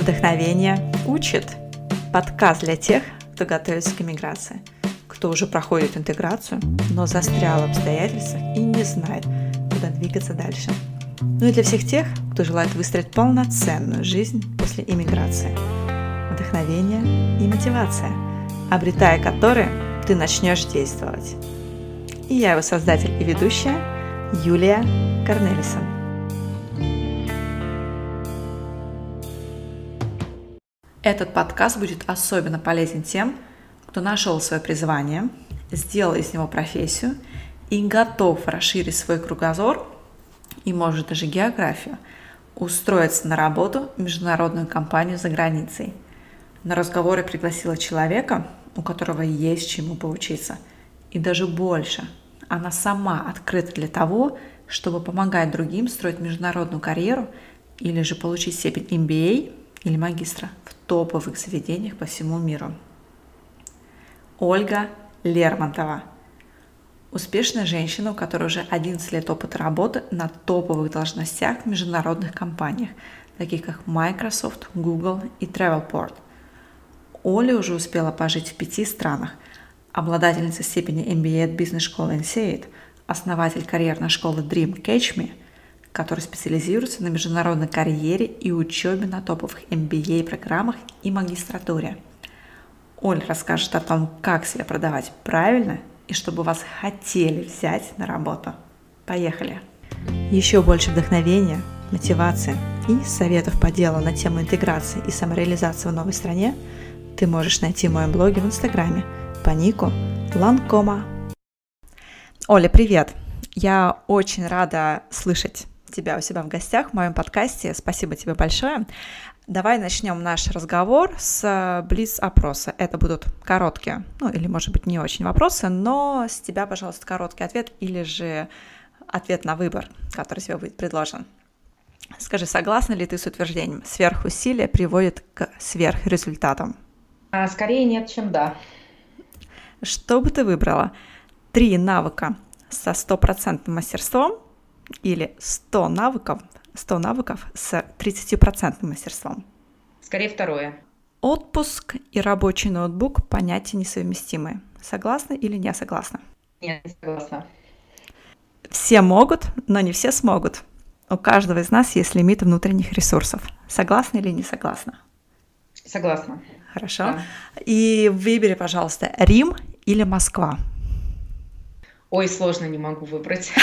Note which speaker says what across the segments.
Speaker 1: Вдохновение учит. Подкаст для тех, кто готовится к эмиграции, кто уже проходит интеграцию, но застрял в обстоятельствах и не знает, куда двигаться дальше. Ну и для всех тех, кто желает выстроить полноценную жизнь после эмиграции. Вдохновение и мотивация, обретая которые ты начнешь действовать. И я его создатель и ведущая Юлия Корнелисон. Этот подкаст будет особенно полезен тем, кто нашел свое призвание, сделал из него профессию и готов расширить свой кругозор и, может, даже географию, устроиться на работу в международную компанию за границей. На разговоры пригласила человека, у которого есть чему поучиться, и даже больше. Она сама открыта для того, чтобы помогать другим строить международную карьеру или же получить степень MBA или магистра в топовых заведениях по всему миру. Ольга Лермонтова. Успешная женщина, у которой уже 11 лет опыта работы на топовых должностях в международных компаниях, таких как Microsoft, Google и Travelport. Оля уже успела пожить в 5 странах, обладательница степени MBA от бизнес-школы INSEAD, основатель карьерной школы Dream Catch Me, который специализируется на международной карьере и учебе на топовых MBA-программах и магистратуре. Оля расскажет о том, как себя продавать правильно и чтобы вас хотели взять на работу. Поехали! Еще больше вдохновения, мотивации и советов по делу на тему интеграции и самореализации в новой стране ты можешь найти в моем блоге в Инстаграме по нику Ланкома. Оля, привет! Я очень рада слышать тебя у себя в гостях в моем подкасте. Спасибо тебе большое. Давай начнем наш разговор с блиц-опроса. Это будут короткие, или, может быть, не очень вопросы, но с тебя, пожалуйста, короткий ответ или же ответ на выбор, который тебе будет предложен. Скажи, согласна ли ты с утверждением «сверхусилие приводит к сверхрезультатам»?
Speaker 2: Скорее нет, чем да.
Speaker 1: Что бы ты выбрала? 3 навыка со 100% мастерством или 100 навыков с 30% мастерством?
Speaker 2: Скорее второе.
Speaker 1: Отпуск и рабочий ноутбук – понятия несовместимые. Согласна или не согласна?
Speaker 2: Нет, не согласна.
Speaker 1: Все могут, но не все смогут. У каждого из нас есть лимит внутренних ресурсов. Согласна или не согласна?
Speaker 2: Согласна.
Speaker 1: Хорошо.
Speaker 2: Да.
Speaker 1: И выбери, пожалуйста, Рим или Москва?
Speaker 2: Ой, сложно, не могу выбрать.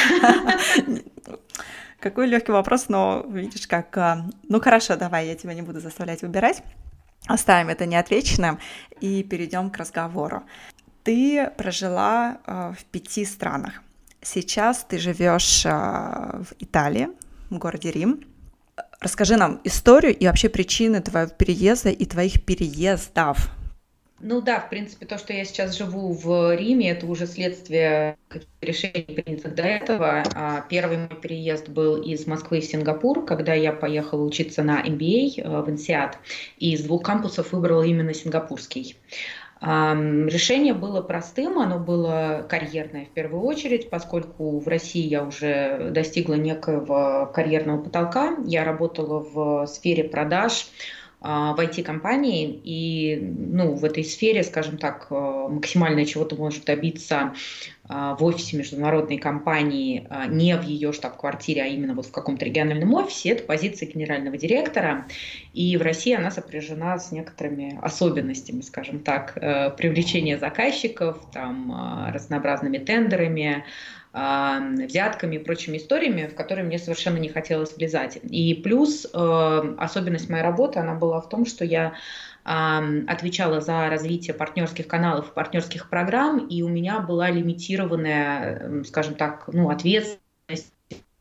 Speaker 1: Какой легкий вопрос, но видишь, как... Ну хорошо, давай, я тебя не буду заставлять выбирать. Оставим это неотвеченным и перейдем к разговору. Ты прожила в 5 странах. Сейчас ты живешь в Италии, в городе Рим. Расскажи нам историю и вообще причины твоего переезда и твоих переездов.
Speaker 2: Ну да, в принципе, то, что я сейчас живу в Риме, это уже следствие каких-то решений, принятых до этого. Первый мой переезд был из Москвы в Сингапур, когда я поехала учиться на MBA в INSEAD, и из 2 кампусов выбрала именно сингапурский. Решение было простым, оно было карьерное в первую очередь, поскольку в России я уже достигла некоего карьерного потолка. Я работала в сфере продаж, в IT-компании, и в этой сфере, скажем так, максимально чего-то может добиться в офисе международной компании, не в ее штаб-квартире, а именно вот в каком-то региональном офисе, это позиция генерального директора, и в России она сопряжена с некоторыми особенностями, скажем так, привлечения заказчиков, там, разнообразными тендерами, взятками и прочими историями, в которые мне совершенно не хотелось влезать. И плюс особенность моей работы, она была в том, что я отвечала за развитие партнерских каналов и партнерских программ, и у меня была лимитированная, скажем так, ответственность.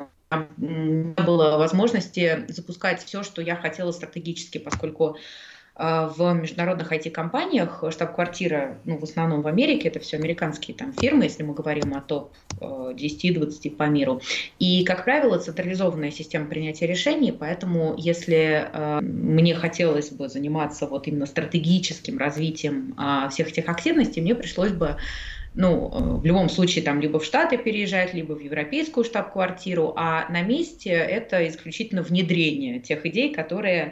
Speaker 2: Не было возможности запускать все, что я хотела стратегически, поскольку в международных IT-компаниях штаб-квартира, в основном в Америке, это все американские фирмы, если мы говорим о топ-10-20 по миру. И, как правило, централизованная система принятия решений, поэтому если мне хотелось бы заниматься именно стратегическим развитием всех этих активностей, мне пришлось бы в любом случае либо в Штаты переезжать, либо в европейскую штаб-квартиру, а на месте это исключительно внедрение тех идей, которые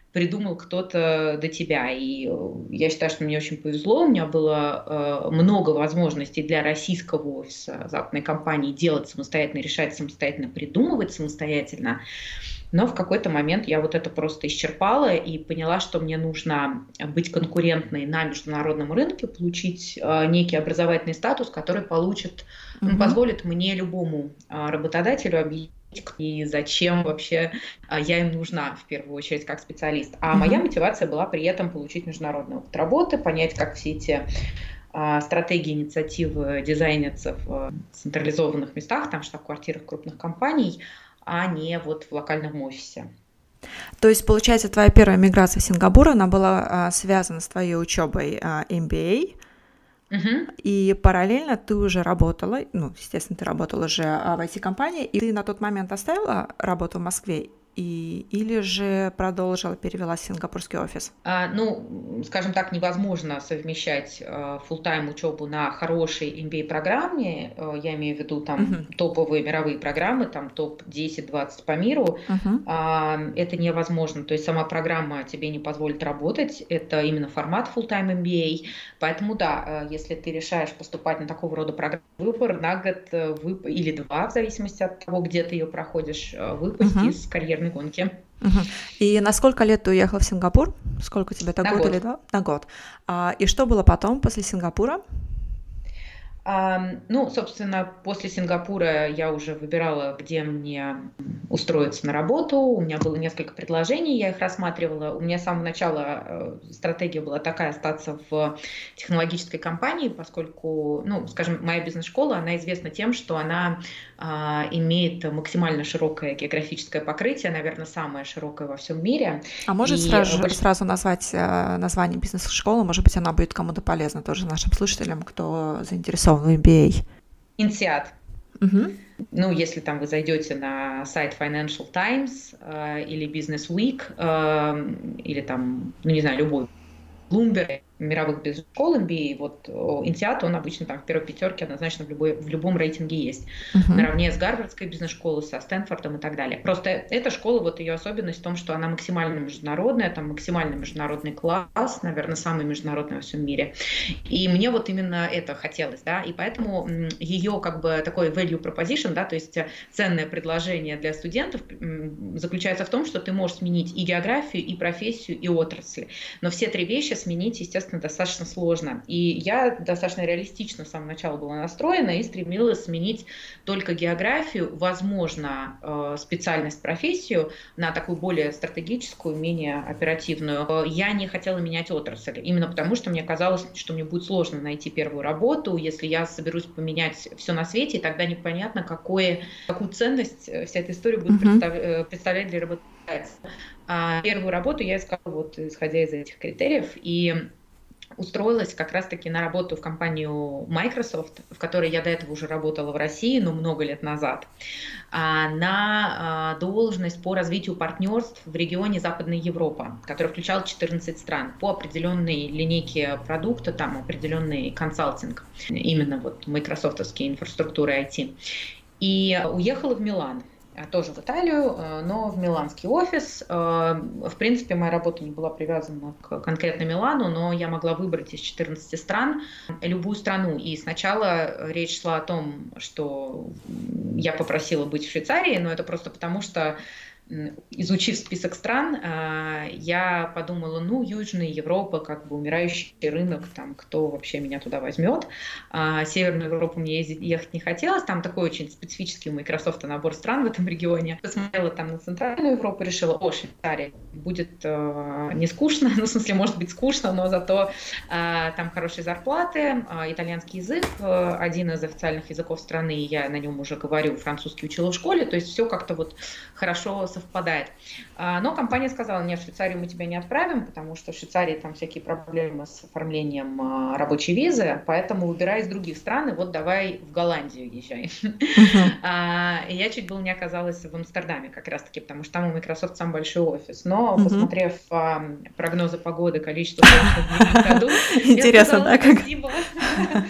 Speaker 2: придумал кто-то до тебя. И я считаю, что мне очень повезло. У меня было много возможностей для российского офиса западной компании делать самостоятельно, решать самостоятельно, придумывать самостоятельно. Но в какой-то момент я вот это просто исчерпала и поняла, что мне нужно быть конкурентной на международном рынке, получить некий образовательный статус, который позволит мне, любому работодателю, объяснить, и зачем вообще я им нужна в первую очередь как специалист. А моя мотивация была при этом получить международный опыт работы, понять, как все эти стратегии, инициативы дизайнятся в централизованных местах, там штаб-квартирах крупных компаний, а не вот в локальном офисе.
Speaker 1: То есть, получается, твоя первая миграция в Сингапур, она была связана с твоей учебой MBA, и параллельно ты уже работала, естественно, ты работала уже в IT-компании, и ты на тот момент оставила работу в Москве, или же продолжила, перевелась в сингапурский офис?
Speaker 2: Скажем так, невозможно совмещать full-time учебу на хорошей MBA-программе, я имею в виду там топовые мировые программы, там топ-10-20 по миру, это невозможно, то есть сама программа тебе не позволит работать, это именно формат full-time MBA, поэтому да, если ты решаешь поступать на такого рода программу, выбор на год или два, в зависимости от того, где ты ее проходишь, выпасть из карьерной гонки.
Speaker 1: И на сколько лет ты уехала в Сингапур? Сколько тебе, год или два? На год. И что было потом, после Сингапура?
Speaker 2: Собственно, после Сингапура я уже выбирала, где мне устроиться на работу. У меня было несколько предложений, я их рассматривала. У меня с самого начала стратегия была такая: остаться в технологической компании, поскольку, скажем, моя бизнес-школа, она известна тем, что она имеет максимально широкое географическое покрытие, наверное, самое широкое во всем мире.
Speaker 1: А может сразу назвать название бизнес-школы? Может быть, она будет кому-то полезна тоже нашим слушателям, кто заинтересован в MBA.
Speaker 2: INSEAD. Если там вы зайдете на сайт Financial Times или Business Week, или там, любой Bloomberg, мировых бизнес-школ MBA, вот INSEAD, он обычно там в первой пятерке однозначно в любом рейтинге есть. Наравне с Гарвардской бизнес-школой, со Стэнфордом и так далее. Просто эта школа, вот ее особенность в том, что она максимально международная, там максимально международный класс, наверное, самый международный во всем мире. И мне вот именно это хотелось, да, и поэтому ее как бы такой value proposition, да, то есть ценное предложение для студентов заключается в том, что ты можешь сменить и географию, и профессию, и отрасль. Но все три вещи сменить, естественно, достаточно сложно. И я достаточно реалистично с самого начала была настроена и стремилась сменить только географию, возможно, специальность, профессию на такую более стратегическую, менее оперативную. Я не хотела менять отрасль, именно потому что мне казалось, что мне будет сложно найти первую работу, если я соберусь поменять все на свете, и тогда непонятно, какую ценность вся эта история будет представлять для работодателя. Первую работу я искала вот исходя из этих критериев, и устроилась как раз-таки на работу в компанию Microsoft, в которой я до этого уже работала в России, но много лет назад, на должность по развитию партнерств в регионе Западной Европы, который включал 14 стран по определенной линейке продукта, там определенный консалтинг, именно вот майкрософтовские инфраструктуры IT. И уехала в Милан. Тоже в Италию, но в миланский офис. В принципе, моя работа не была привязана к конкретно Милану, но я могла выбрать из 14 стран любую страну. И сначала речь шла о том, что я попросила быть в Швейцарии, но это просто потому, что, изучив список стран, я подумала, Южная Европа, как бы умирающий рынок, там, кто вообще меня туда возьмет. Северную Европу мне ехать не хотелось, там такой очень специфический у Microsoft набор стран в этом регионе. Посмотрела там на Центральную Европу, решила, Швейцария, будет не скучно, в смысле, может быть скучно, но зато там хорошие зарплаты, итальянский язык, один из официальных языков страны, я на нем уже говорю, французский учила в школе, то есть все как-то вот хорошо совпадает. Но компания сказала, нет, в Швейцарию мы тебя не отправим, потому что в Швейцарии там всякие проблемы с оформлением рабочей визы, поэтому выбирай из других стран, и вот давай в Голландию езжай. И я чуть было не оказалась в Амстердаме как раз-таки, потому что там у Microsoft самый большой офис. Но, посмотрев прогнозы погоды, количество солнечных дней в году,
Speaker 1: интересно, да, как?
Speaker 2: Я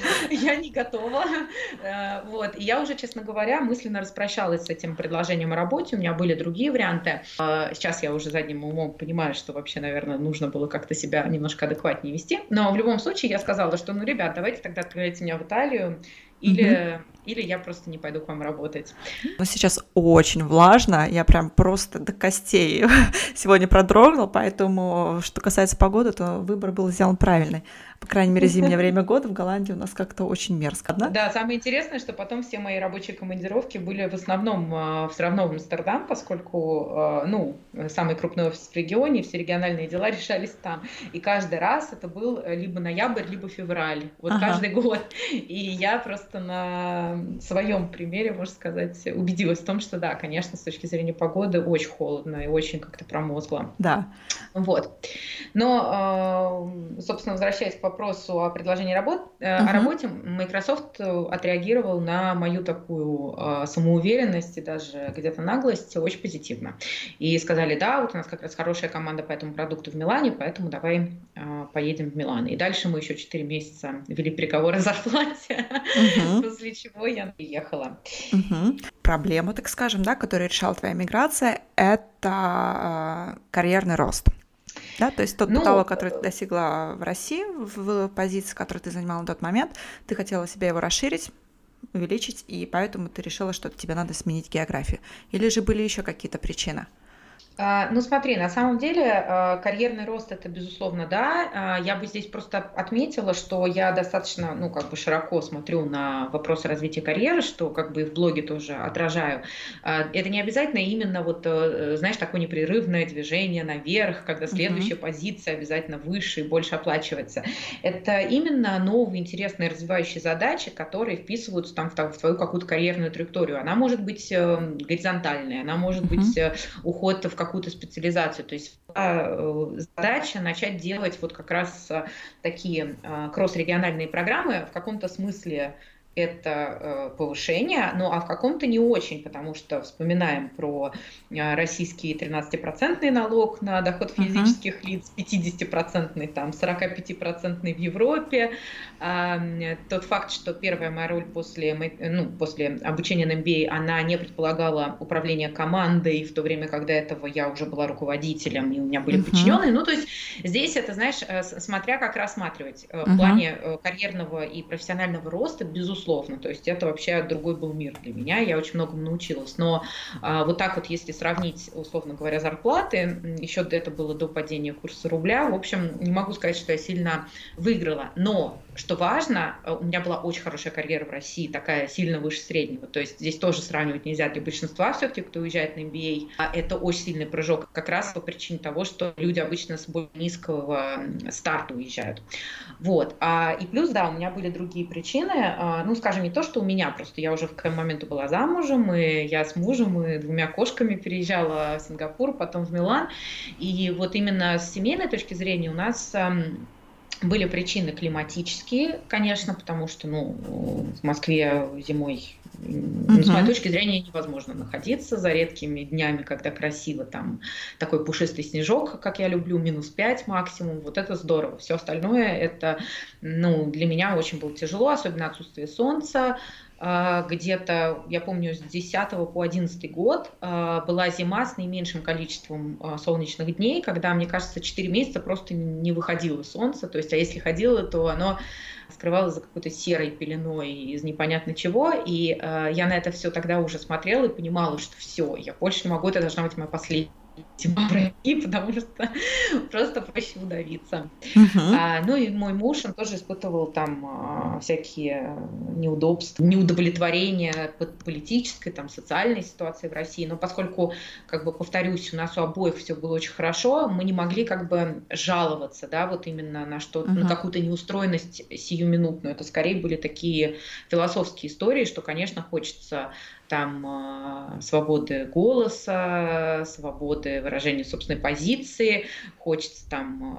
Speaker 2: я не готова. Вот. И я уже, честно говоря, мысленно распрощалась с этим предложением о работе. У меня были другие варианты. Сейчас я уже задним умом понимаю, что вообще, наверное, нужно было как-то себя немножко адекватнее вести. Но в любом случае я сказала, что, ну, ребят, давайте тогда отправляйте меня в Италию, или я просто не пойду к вам работать.
Speaker 1: Но сейчас очень влажно, я прям просто до костей сегодня продрогнула, поэтому, что касается погоды, то выбор был сделан правильный. По крайней мере, зимнее время года в Голландии у нас как-то очень мерзко.
Speaker 2: Да, самое интересное, что потом все мои рабочие командировки были в основном все равно в Амстердам, поскольку, ну, самый крупный офис в регионе, все региональные дела решались там. И каждый раз это был либо ноябрь, либо февраль. Вот каждый год. И я просто на своем примере, можно сказать, убедилась в том, что да, конечно, с точки зрения погоды очень холодно и очень как-то промозгло.
Speaker 1: Да.
Speaker 2: Вот. Но, собственно, возвращаясь к вопросу о предложении о работе, Microsoft отреагировал на мою такую самоуверенность и даже где-то наглость очень позитивно. И сказали, да, вот у нас как раз хорошая команда по этому продукту в Милане, поэтому давай поедем в Милан. И дальше мы еще 4 месяца вели переговоры о зарплате, после чего я приехала.
Speaker 1: Проблема, так скажем, да, которую решала твоя миграция, это карьерный рост. Да, то есть тот потолок, который ты достигла в России, в позиции, которую ты занимала на тот момент, ты хотела себе его расширить, увеличить, и поэтому ты решила, что тебе надо сменить географию. Или же были еще какие-то причины?
Speaker 2: Ну смотри, на самом деле карьерный рост это безусловно да. Я бы здесь просто отметила, что я достаточно, ну как бы широко смотрю на вопросы развития карьеры, что как бы и в блоге тоже отражаю. Это не обязательно именно вот, знаешь, такое непрерывное движение наверх, когда следующая позиция обязательно выше и больше оплачивается. Это именно новые интересные развивающие задачи, которые вписываются там в твою какую-то карьерную траекторию. Она может быть горизонтальная, она может быть уход в какую-то специализацию. То есть задача начать делать вот как раз такие кросс-региональные программы в каком-то смысле это повышение, ну а в каком-то не очень, потому что вспоминаем про российский 13% налог на доход физических лиц, 50%, там 45% в Европе. Тот факт, что первая моя роль после обучения на MBA, она не предполагала управление командой, в то время, когда этого я уже была руководителем, и у меня были подчиненные. Ну, то есть здесь это, знаешь, смотря как рассматривать в плане карьерного и профессионального роста, безусловно, то есть это вообще другой был мир для меня, я очень многому научилась, но вот так вот, если сравнить, условно говоря, зарплаты, еще это было до падения курса рубля, в общем, не могу сказать, что я сильно выиграла, но, что важно, у меня была очень хорошая карьера в России, такая сильно выше среднего, то есть здесь тоже сравнивать нельзя для большинства все-таки, кто уезжает на MBA, это очень сильный прыжок, как раз по причине того, что люди обычно с более низкого старта уезжают. Вот, и плюс, да, у меня были другие причины, ну, скажем, не то, что у меня, просто я уже к тому моменту была замужем, и я с мужем и 2 кошками переезжала в Сингапур, потом в Милан, и вот именно с семейной точки зрения у нас были причины климатические, конечно, потому что, ну, в Москве зимой, с моей точки зрения, невозможно находиться за редкими днями, когда красиво, там такой пушистый снежок, как я люблю, -5 максимум, вот это здорово. Все остальное, это, ну, для меня очень было тяжело, особенно отсутствие солнца. Где-то, я помню, с 10 по 11 год была зима с наименьшим количеством солнечных дней, когда, мне кажется, 4 месяца просто не выходило солнце, то есть, а если ходило, то оно скрывалось за какой-то серой пеленой из непонятно чего, и я на это все тогда уже смотрела и понимала, что все, я больше не могу, это должна быть моя последняя зима в России, потому что просто проще удавиться. Ну и мой муж, он тоже испытывал там всякие неудобства, неудовлетворения политической, там, социальной ситуации в России, но поскольку, как бы, повторюсь, у нас у обоих все было очень хорошо, мы не могли как бы жаловаться, да, вот именно на что-то, на какую-то неустроенность сиюминутную, это скорее были такие философские истории, что, конечно, хочется там свободы голоса, свободы выражения собственной позиции, хочется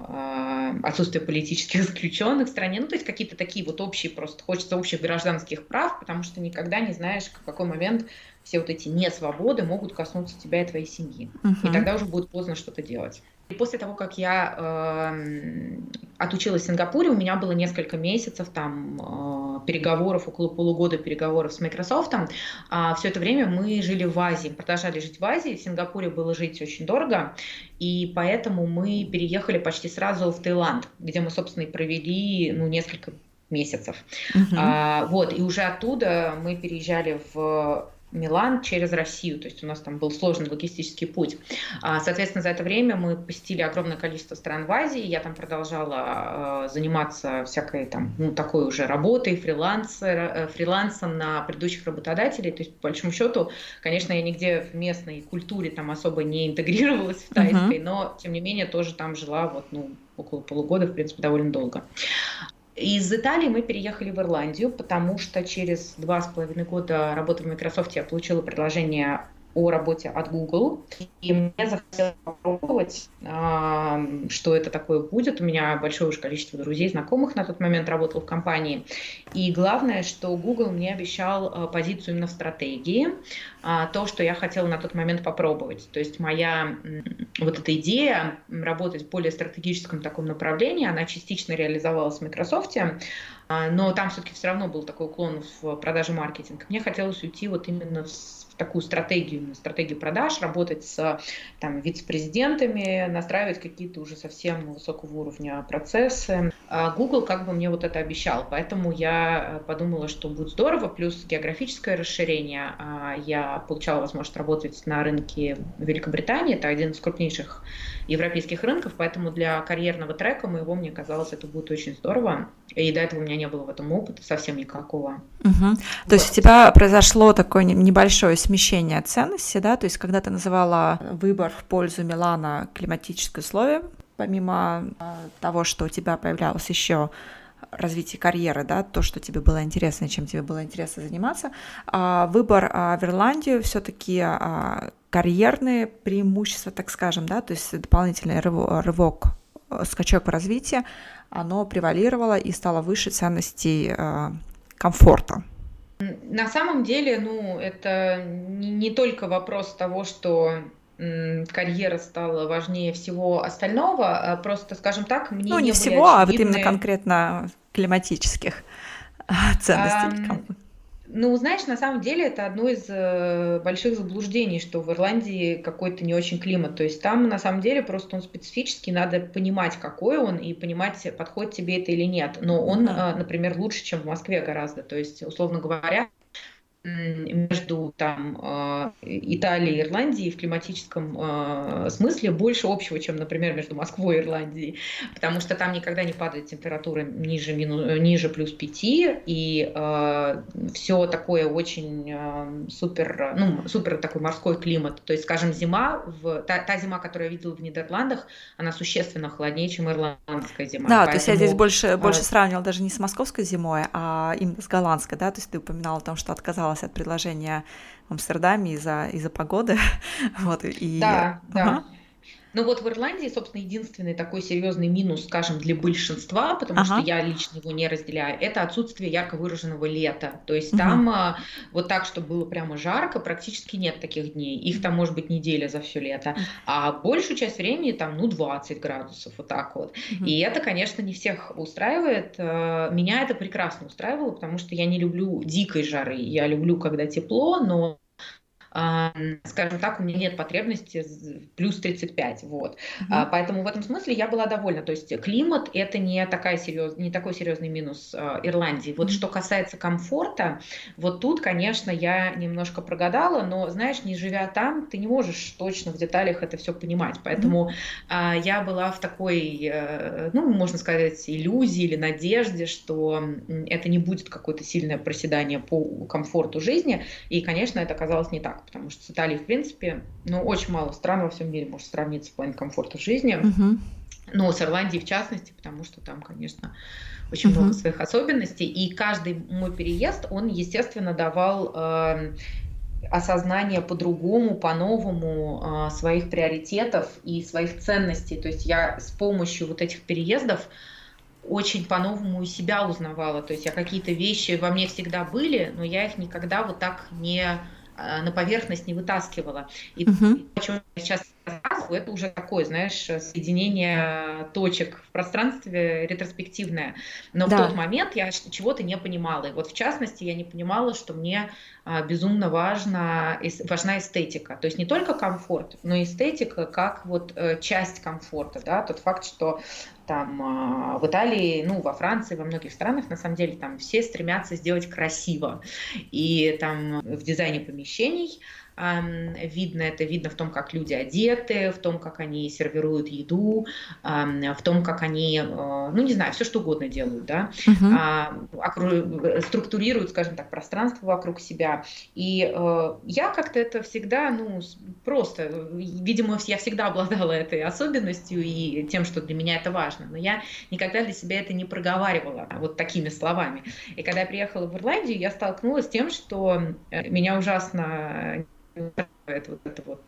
Speaker 2: там отсутствия политических заключенных в стране, ну, то есть какие-то такие вот общие, просто хочется общих гражданских прав, потому что никогда не знаешь, в какой момент все вот эти несвободы могут коснуться тебя и твоей семьи. И тогда уже будет поздно что-то делать. И после того, как я отучилась в Сингапуре, у меня было несколько месяцев там переговоров, около полугода переговоров с Microsoft. Все это время мы жили в Азии, продолжали жить в Азии. В Сингапуре было жить очень дорого, и поэтому мы переехали почти сразу в Таиланд, где мы, собственно, и провели несколько месяцев. Вот, и уже оттуда мы переезжали в Милан через Россию, то есть у нас там был сложный логистический путь. Соответственно, за это время мы посетили огромное количество стран в Азии, я там продолжала заниматься всякой там, такой уже работой, фрилансом на предыдущих работодателей, то есть по большому счету, конечно, я нигде в местной культуре там особо не интегрировалась в тайской, но тем не менее тоже там жила около полугода, в принципе, довольно долго. Из Италии мы переехали в Ирландию, потому что через 2,5 года работы в Microsoft я получила предложение о работе от Google, и мне захотелось попробовать, что это такое будет. У меня большое уже количество друзей, знакомых на тот момент работало в компании. И главное, что Google мне обещал позицию именно в стратегии, то, что я хотела на тот момент попробовать. То есть моя вот эта идея работать в более стратегическом таком направлении, она частично реализовалась в Microsoft, но там все равно был такой уклон в продаже маркетинг. Мне хотелось уйти вот именно в такую стратегию продаж, работать с вице-президентами, настраивать какие-то уже совсем высокого уровня процессы. Google как бы мне вот это обещал, поэтому я подумала, что будет здорово, плюс географическое расширение. Я получала возможность работать на рынке Великобритании, это один из крупнейших европейских рынков, поэтому для карьерного трека моего, мне казалось, это будет очень здорово, и до этого у меня не было в этом опыта совсем никакого.
Speaker 1: То есть у тебя произошло такое небольшое смещение ценностей, да, то есть когда ты называла выбор в пользу Милана климатическое условие, помимо того, что у тебя появлялось еще развитие карьеры, да, то, что тебе было интересно, чем тебе было интересно заниматься, выбор в Ирландию все-таки карьерные преимущества, так скажем, да, то есть дополнительный рывок, скачок в развитии, оно превалировало и стало выше ценностей комфорта.
Speaker 2: На самом деле, это не только вопрос того, что карьера стала важнее всего остального, просто, скажем так, мне не
Speaker 1: были всего,
Speaker 2: очевидны...
Speaker 1: а вот именно конкретно климатических ценностей.
Speaker 2: Знаешь, на самом деле это одно из больших заблуждений, что в Ирландии какой-то не очень климат. То есть там на самом деле просто он специфический, надо понимать, какой он, и понимать, подходит тебе это или нет. Но он, например, лучше, чем в Москве гораздо. То есть, условно говоря, между Италией и Ирландией в климатическом смысле больше общего, чем, например, между Москвой и Ирландией, потому что там никогда не падает температура ниже плюс 5, и все такое очень супер такой морской климат. То есть, скажем, та зима, которую я видела в Нидерландах, она существенно холоднее, чем ирландская зима.
Speaker 1: Да, поэтому... то есть я здесь больше сравнивала даже не с московской зимой, а именно с голландской, да, то есть ты упоминала о том, что отказалась от предложения в Амстердаме из-за погоды.
Speaker 2: Да. В Ирландии, собственно, единственный такой серьезный минус, скажем, для большинства, потому что я лично его не разделяю, это отсутствие ярко выраженного лета. То есть там вот так, чтобы было прямо жарко, практически нет таких дней. Их там может быть неделя за все лето. А большую часть времени там 20 градусов, вот так вот. И это, конечно, не всех устраивает. Меня это прекрасно устраивало, потому что я не люблю дикой жары. Я люблю, когда тепло, но скажем так, у меня нет потребности плюс 35, вот. Поэтому в этом смысле я была довольна. То есть климат — это не такой серьезный минус Ирландии. Вот что касается комфорта, вот тут, конечно, я немножко прогадала, но, знаешь, не живя там, ты не можешь точно в деталях это все понимать. Поэтому я была в такой, можно сказать, иллюзии или надежде, что это не будет какое-то сильное проседание по комфорту жизни. И, конечно, это оказалось не так. Потому что с Италией, в принципе, очень мало стран во всем мире может сравниться в плане комфорта в жизни. Но с Ирландией в частности, потому что там, конечно, очень много своих особенностей. И каждый мой переезд, он, естественно, давал осознание по-другому, по-новому своих приоритетов и своих ценностей. То есть я с помощью вот этих переездов очень по-новому и себя узнавала. То есть какие-то вещи во мне всегда были, но я их никогда вот так на поверхность не вытаскивала. И о чем я сейчас сразу это уже такое, знаешь, соединение точек в пространстве ретроспективное. Но в тот
Speaker 1: Да.
Speaker 2: момент я чего-то не понимала. И вот в частности я не понимала, что мне безумно важна эстетика. То есть не только комфорт, но и эстетика как вот часть комфорта. Да? Тот факт, что там в Италии, ну, во Франции, во многих странах, на самом деле, там все стремятся сделать красиво. И там в дизайне помещений видно это, видно в том, как люди одеты, в том, как они сервируют еду, в том, как они, ну, не знаю, все что угодно делают, да,
Speaker 1: Мгм.
Speaker 2: структурируют, скажем так, пространство вокруг себя. И я как-то это всегда, ну, просто, видимо, я всегда обладала этой особенностью и тем, что для меня это важно, но я никогда для себя это не проговаривала вот такими словами. И когда я приехала в Ирландию, я столкнулась с тем, что меня ужасно вот эта вот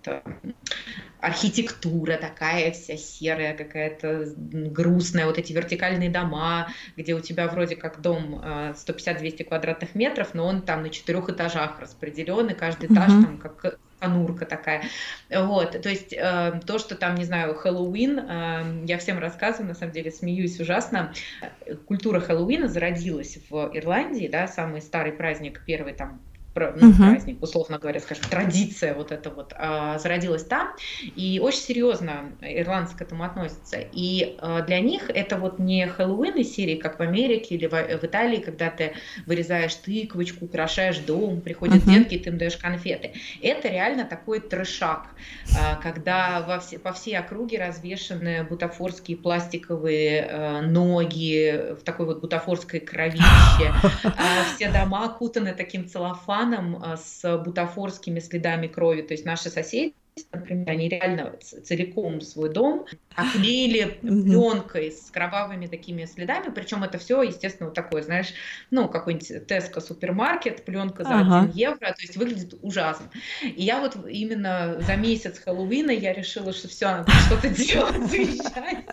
Speaker 2: архитектура такая вся серая, какая-то грустная, вот эти вертикальные дома, где у тебя вроде как дом 150-200 квадратных метров, но он там на 4 этажах распределен, и каждый этаж
Speaker 1: Мгм.
Speaker 2: там как конурка такая. Вот, то есть то, что там, не знаю, Хэллоуин, я всем рассказываю, на самом деле смеюсь ужасно. Культура Хэллоуина зародилась в Ирландии, да, самый старый праздник, первый там ну,
Speaker 1: Мгм.
Speaker 2: праздник, условно говоря, скажем, традиция вот эта вот зародилась там, и очень серьезно ирландцы к этому относятся. И для них это вот не Хэллоуин из серии, как в Америке или в Италии, когда ты вырезаешь тыквочку, украшаешь дом, приходят
Speaker 1: Мгм.
Speaker 2: детки, ты им даешь конфеты. Это реально такой трешак, когда по всей округе развешаны бутафорские пластиковые ноги в такой вот бутафорской кровище. Все дома окутаны таким целлофаном с бутафорскими следами крови. То есть наши соседи, например, они реально целиком свой дом оклеили
Speaker 1: Мгм.
Speaker 2: пленкой с кровавыми такими следами, причем это все, естественно, вот такое, знаешь, ну, какой-нибудь Tesco супермаркет, пленка за
Speaker 1: Ага.
Speaker 2: 1 евро, то есть выглядит ужасно. И я вот именно за месяц Хэллоуина я решила, что все, надо что-то делать, уезжать.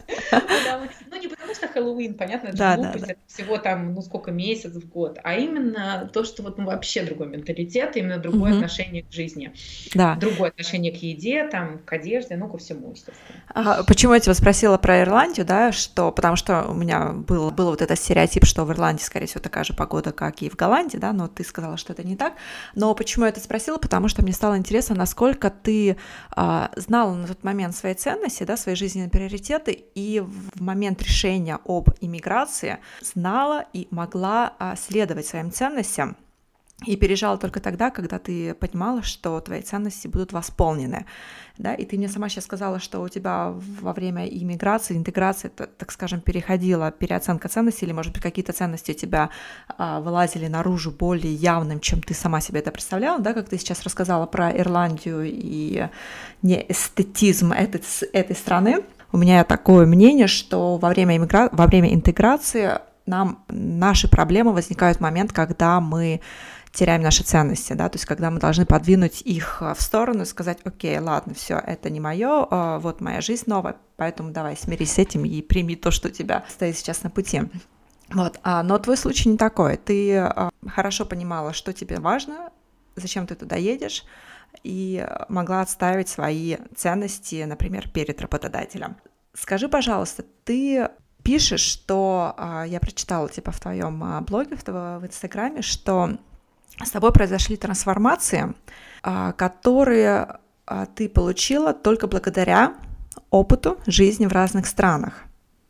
Speaker 2: Ну, не потому что Хэллоуин, понятно, это же
Speaker 1: Да, да, да.
Speaker 2: глупость, это всего там, ну, сколько, месяц в год, а именно то, что вот ну, вообще другой менталитет, именно другое
Speaker 1: Мгм.
Speaker 2: отношение к жизни,
Speaker 1: Да.
Speaker 2: другое отношение к еде, там, к одежде, ну, ко всему, естественно.
Speaker 1: Почему я тебя спросила про Ирландию, да, что, потому что у меня был вот этот стереотип, что в Ирландии, скорее всего, такая же погода, как и в Голландии, да, но ты сказала, что это не так. Но почему я это спросила? Потому что мне стало интересно, насколько ты знала на тот момент свои ценности, да, свои жизненные приоритеты, и в момент решения об иммиграции знала и могла следовать своим ценностям, и переезжала только тогда, когда ты понимала, что твои ценности будут восполнены, да, и ты мне сама сейчас сказала, что у тебя во время иммиграции, интеграции, так скажем, переходила переоценка ценностей, или, может быть, какие-то ценности у тебя вылазили наружу более явным, чем ты сама себе это представляла, да, как ты сейчас рассказала про Ирландию и неэстетизм этой страны. У меня такое мнение, что во время интеграции наши проблемы возникают в момент, когда мы теряем наши ценности, да, то есть когда мы должны подвинуть их в сторону и сказать: окей, ладно, все, это не мое, вот моя жизнь новая, поэтому давай смирись с этим и прими то, что у тебя стоит сейчас на пути. Вот, но твой случай не такой, ты хорошо понимала, что тебе важно, зачем ты туда едешь, и могла отстаивать свои ценности, например, перед работодателем. Скажи, пожалуйста, ты пишешь, что я прочитала типа в твоем блоге, в Инстаграме, что с тобой произошли трансформации, которые ты получила только благодаря опыту жизни в разных странах.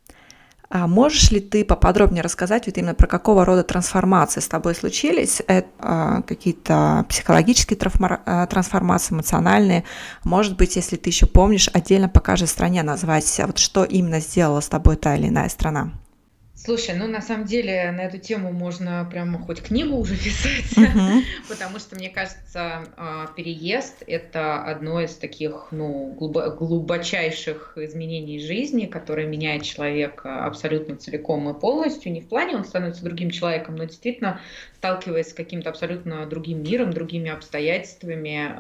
Speaker 1: Можешь ли ты поподробнее рассказать вот именно про какого рода трансформации с тобой случились? Это какие-то психологические трансформации, эмоциональные? Может быть, если ты еще помнишь, отдельно по каждой стране назвать, вот что именно сделала с тобой та или иная страна?
Speaker 2: Слушай, ну на самом деле на эту тему можно прямо хоть книгу уже писать,
Speaker 1: Мгм.
Speaker 2: потому что, мне кажется, переезд — это одно из таких, ну, глубочайших изменений жизни, которое меняет человека абсолютно целиком и полностью. Не в плане он становится другим человеком, но действительно, сталкиваясь с каким-то абсолютно другим миром, другими обстоятельствами,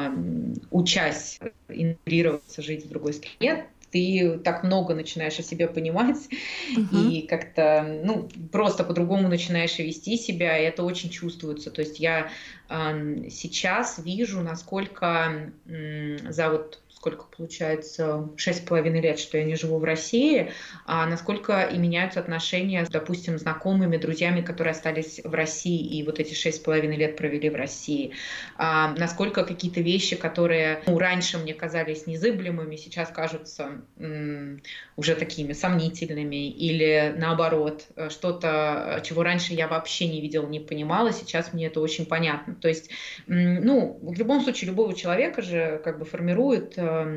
Speaker 2: учась интегрироваться, жить в другой стране, ты так много начинаешь о себе понимать
Speaker 1: Мгм.
Speaker 2: и как-то, ну, просто по-другому начинаешь вести себя, и это очень чувствуется. То есть я сейчас вижу, насколько за вот сколько получается, 6,5 лет, что я не живу в России, а насколько и меняются отношения с, допустим, знакомыми, друзьями, которые остались в России и вот эти 6,5 лет провели в России. Насколько какие-то вещи, которые раньше мне казались незыблемыми, сейчас кажутся уже такими сомнительными, или наоборот, что-то, чего раньше я вообще не видела, не понимала, сейчас мне это очень понятно. То есть, в любом случае, любого человека же как бы формирует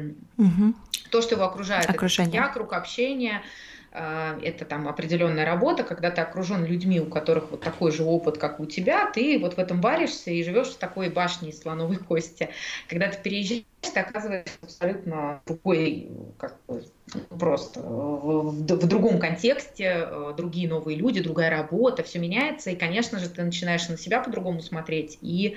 Speaker 2: то, что его окружает.
Speaker 1: Окружение.
Speaker 2: Это семья, круг общения, это там определенная работа, когда ты окружен людьми, у которых вот такой же опыт, как у тебя, ты вот в этом варишься и живешь в такой башне из слоновой кости. Когда ты переезжаешь, ты оказываешься абсолютно другой, как бы, просто в другом контексте, другие новые люди, другая работа, все меняется, и, конечно же, ты начинаешь на себя по-другому смотреть и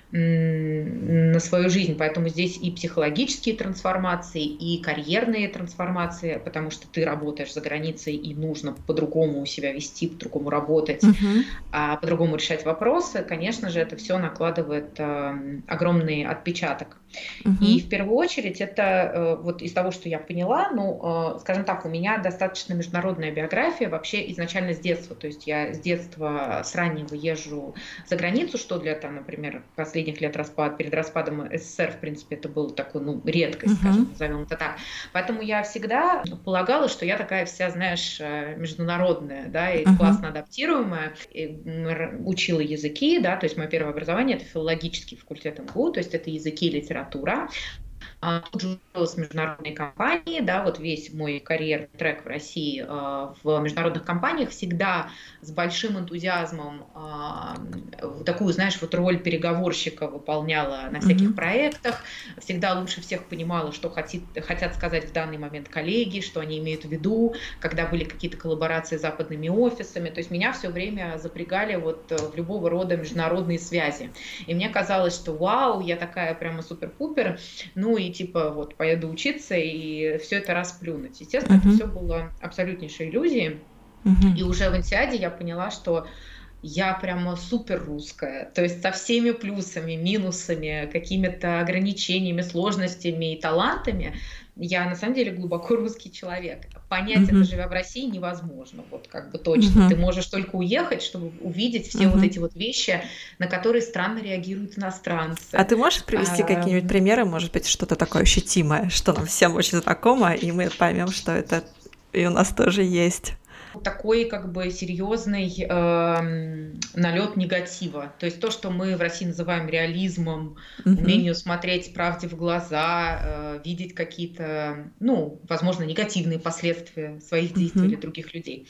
Speaker 2: на свою жизнь. Поэтому здесь и психологические трансформации, и карьерные трансформации, потому что ты работаешь за границей, и нужно по-другому себя вести, по-другому работать, по-другому решать вопросы. Конечно же, это все накладывает огромный отпечаток. И в первую очередь это вот из того, что я поняла, скажем так, у меня достаточно международная биография вообще изначально с детства. То есть я с детства, с раннего езжу за границу, что для, там, например, последних лет перед распадом СССР, в принципе, это было такой, редкость, скажем, назовем это так. Поэтому я всегда полагала, что я такая вся, знаешь, международная, да, и классно адаптируемая. И учила языки, да, то есть мое первое образование — это филологический факультет МГУ, то есть это языки и литература. Тут же с международной компанией, да, вот весь мой карьерный трек в России в международных компаниях всегда с большим энтузиазмом такую, знаешь, вот роль переговорщика выполняла на всяких проектах, всегда лучше всех понимала, что хотят сказать в данный момент коллеги, что они имеют в виду, когда были какие-то коллаборации с западными офисами, то есть меня все время запрягали вот в любого рода международные связи, и мне казалось, что вау, я такая прямо супер-пупер, и типа вот поеду учиться и все это расплюнуть. Естественно, это все было абсолютнейшей иллюзией. И уже в Инсиаде я поняла, что я прямо супер русская, то есть со всеми плюсами, минусами, какими-то ограничениями, сложностями и талантами. Я на самом деле глубоко русский человек. Понять это, живя в России, невозможно, вот как бы точно. Ты можешь только уехать, чтобы увидеть все вот эти вот вещи, на которые странно реагируют иностранцы.
Speaker 1: А ты можешь привести какие-нибудь примеры, может быть, что-то такое ощутимое, что нам всем очень знакомо, и мы поймем, что это и у нас тоже есть?
Speaker 2: Такой как бы серьезный налет негатива. То есть то, что мы в России называем реализмом, умению смотреть правде в глаза, видеть какие-то, возможно, негативные последствия своих действий или других людей.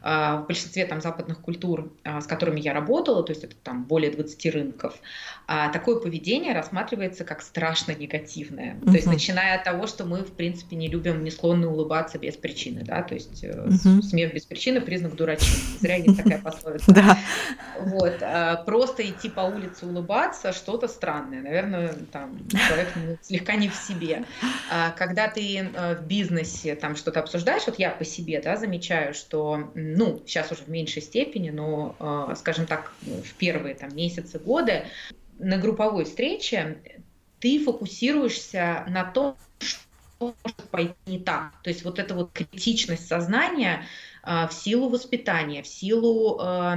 Speaker 2: В большинстве там западных культур, с которыми я работала, то есть это там более 20 рынков, такое поведение рассматривается как страшно негативное. То есть начиная от того, что мы, в принципе, не любим, не склонны улыбаться без причины, да, то есть смех без причины — признак дурачины. Зря есть такая пословица.
Speaker 1: Да.
Speaker 2: Вот. Просто идти по улице улыбаться — что-то странное. Наверное, там человек слегка не в себе. Когда ты в бизнесе там что-то обсуждаешь, вот я по себе, да, замечаю, что, сейчас уже в меньшей степени, но, скажем так, в первые там месяцы, годы на групповой встрече ты фокусируешься на том, что может пойти не так. То есть вот эта вот критичность сознания в силу воспитания, в силу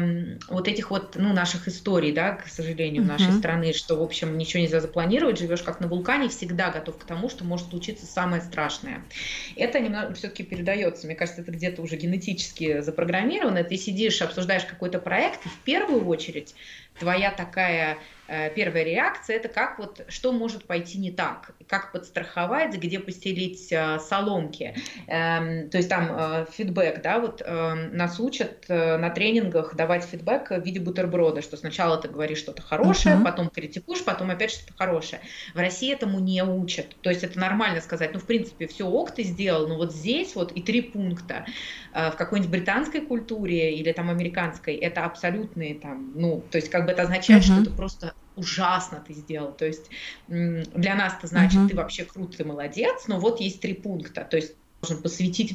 Speaker 2: вот этих вот наших историй, да, к сожалению, нашей страны, что, в общем, ничего нельзя запланировать, живешь как на вулкане, всегда готов к тому, что может случиться самое страшное. Это немного все-таки передается, мне кажется, это где-то уже генетически запрограммировано. Ты сидишь, обсуждаешь какой-то проект, и в первую очередь твоя такая первая реакция — это что может пойти не так, как подстраховать, где постелить соломки. То есть там фидбэк, да, вот нас учат на тренингах давать фидбэк в виде бутерброда, что сначала ты говоришь что-то хорошее, потом критикуешь, потом опять что-то хорошее. В России этому не учат. То есть это нормально сказать, в принципе, все ок, ты сделал, но вот здесь вот и 3 пункта. В какой-нибудь британской культуре или там американской это абсолютные там, то есть как бы это означает, что это просто ужасно ты сделал. То есть для нас это значит, ты вообще крут, ты молодец, но вот есть 3 пункта. То есть должен посвятить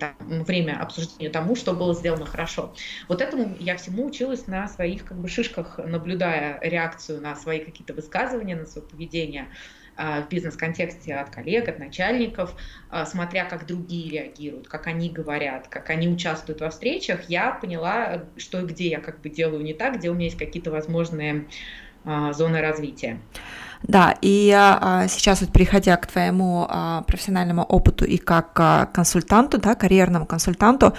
Speaker 2: время обсуждению тому, что было сделано хорошо. Вот этому я всему училась на своих как бы шишках, наблюдая реакцию на свои какие-то высказывания, на свое поведение. в бизнес-контексте от коллег, от начальников, смотря как другие реагируют, как они говорят, как они участвуют во встречах, я поняла, что и где я как бы делаю не так, где у меня есть какие-то возможные зоны развития.
Speaker 1: Да, и сейчас вот переходя к твоему профессиональному опыту и как консультанту, да, карьерному консультанту,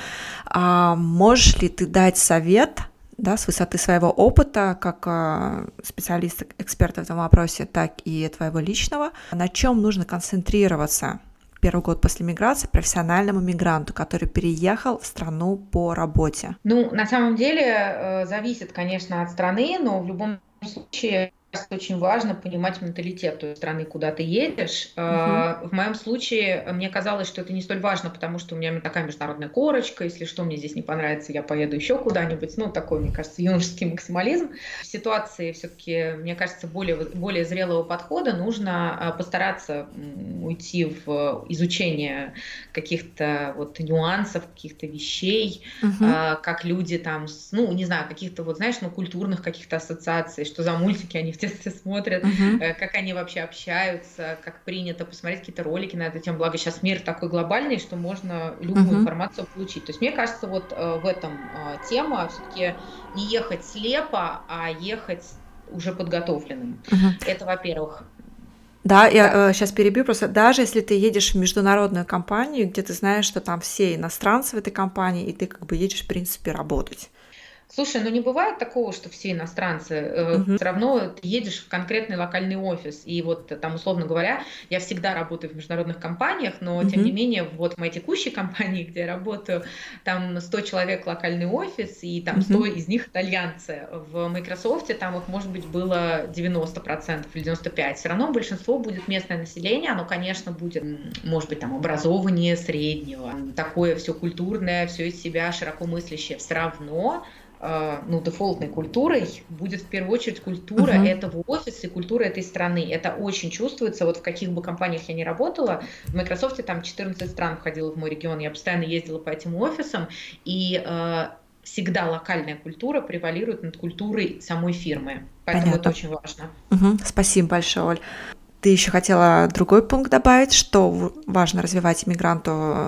Speaker 1: можешь ли ты дать совет, да, с высоты своего опыта, как специалист, эксперт в этом вопросе, так и твоего личного, на чем нужно концентрироваться в первый год после миграции профессиональному мигранту, который переехал в страну по работе?
Speaker 2: Ну, на самом деле, зависит, конечно, от страны, но в любом случае очень важно понимать менталитет той страны, куда ты едешь. В моем случае мне казалось, что это не столь важно, потому что у меня такая международная корочка, если что, мне здесь не понравится, я поеду еще куда-нибудь. Ну, такой, мне кажется, юношеский максимализм. В ситуации все-таки, мне кажется, более зрелого подхода нужно постараться уйти в изучение каких-то вот нюансов, каких-то вещей, как люди там, ну, не знаю, каких-то вот, знаешь, ну, культурных каких-то ассоциаций, что за мультики они в детстве смотрят, как они вообще общаются, как принято посмотреть какие-то ролики на эту тему. Благо сейчас мир такой глобальный, что можно любую информацию получить. То есть мне кажется, вот в этом тема все-таки не ехать слепо, а ехать уже подготовленным. Это, во-первых.
Speaker 1: Да, я сейчас перебью, просто даже если ты едешь в международную компанию, где ты знаешь, что там все иностранцы в этой компании, и ты как бы едешь, в принципе, работать.
Speaker 2: Слушай, ну не бывает такого, что все иностранцы. Все равно ты едешь в конкретный локальный офис. И вот там, условно говоря, я всегда работаю в международных компаниях, но тем не менее, вот в моей текущей компании, где я работаю, там 100 человек локальный офис, и там 100 из них итальянцы. В Microsoft там их, может быть, было 90% или 95%. Все равно большинство будет местное население, оно, конечно, будет, может быть, там образование среднего, такое все культурное, все из себя широко мыслящее. Все равно ну, дефолтной культурой будет в первую очередь культура этого офиса и культура этой страны. Это очень чувствуется, вот в каких бы компаниях я ни работала, в Microsoft там 14 стран входило в мой регион, я постоянно ездила по этим офисам, и всегда локальная культура превалирует над культурой самой фирмы. Поэтому это очень важно.
Speaker 1: Спасибо большое, Оль. Ты еще хотела другой пункт добавить, что важно развивать иммигранту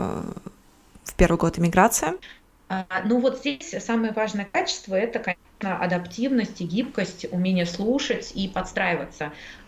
Speaker 1: в первый год иммиграции?
Speaker 2: Ну вот здесь самое важное качество – это, конечно, адаптивность и гибкость, умение слушать и подстраиваться.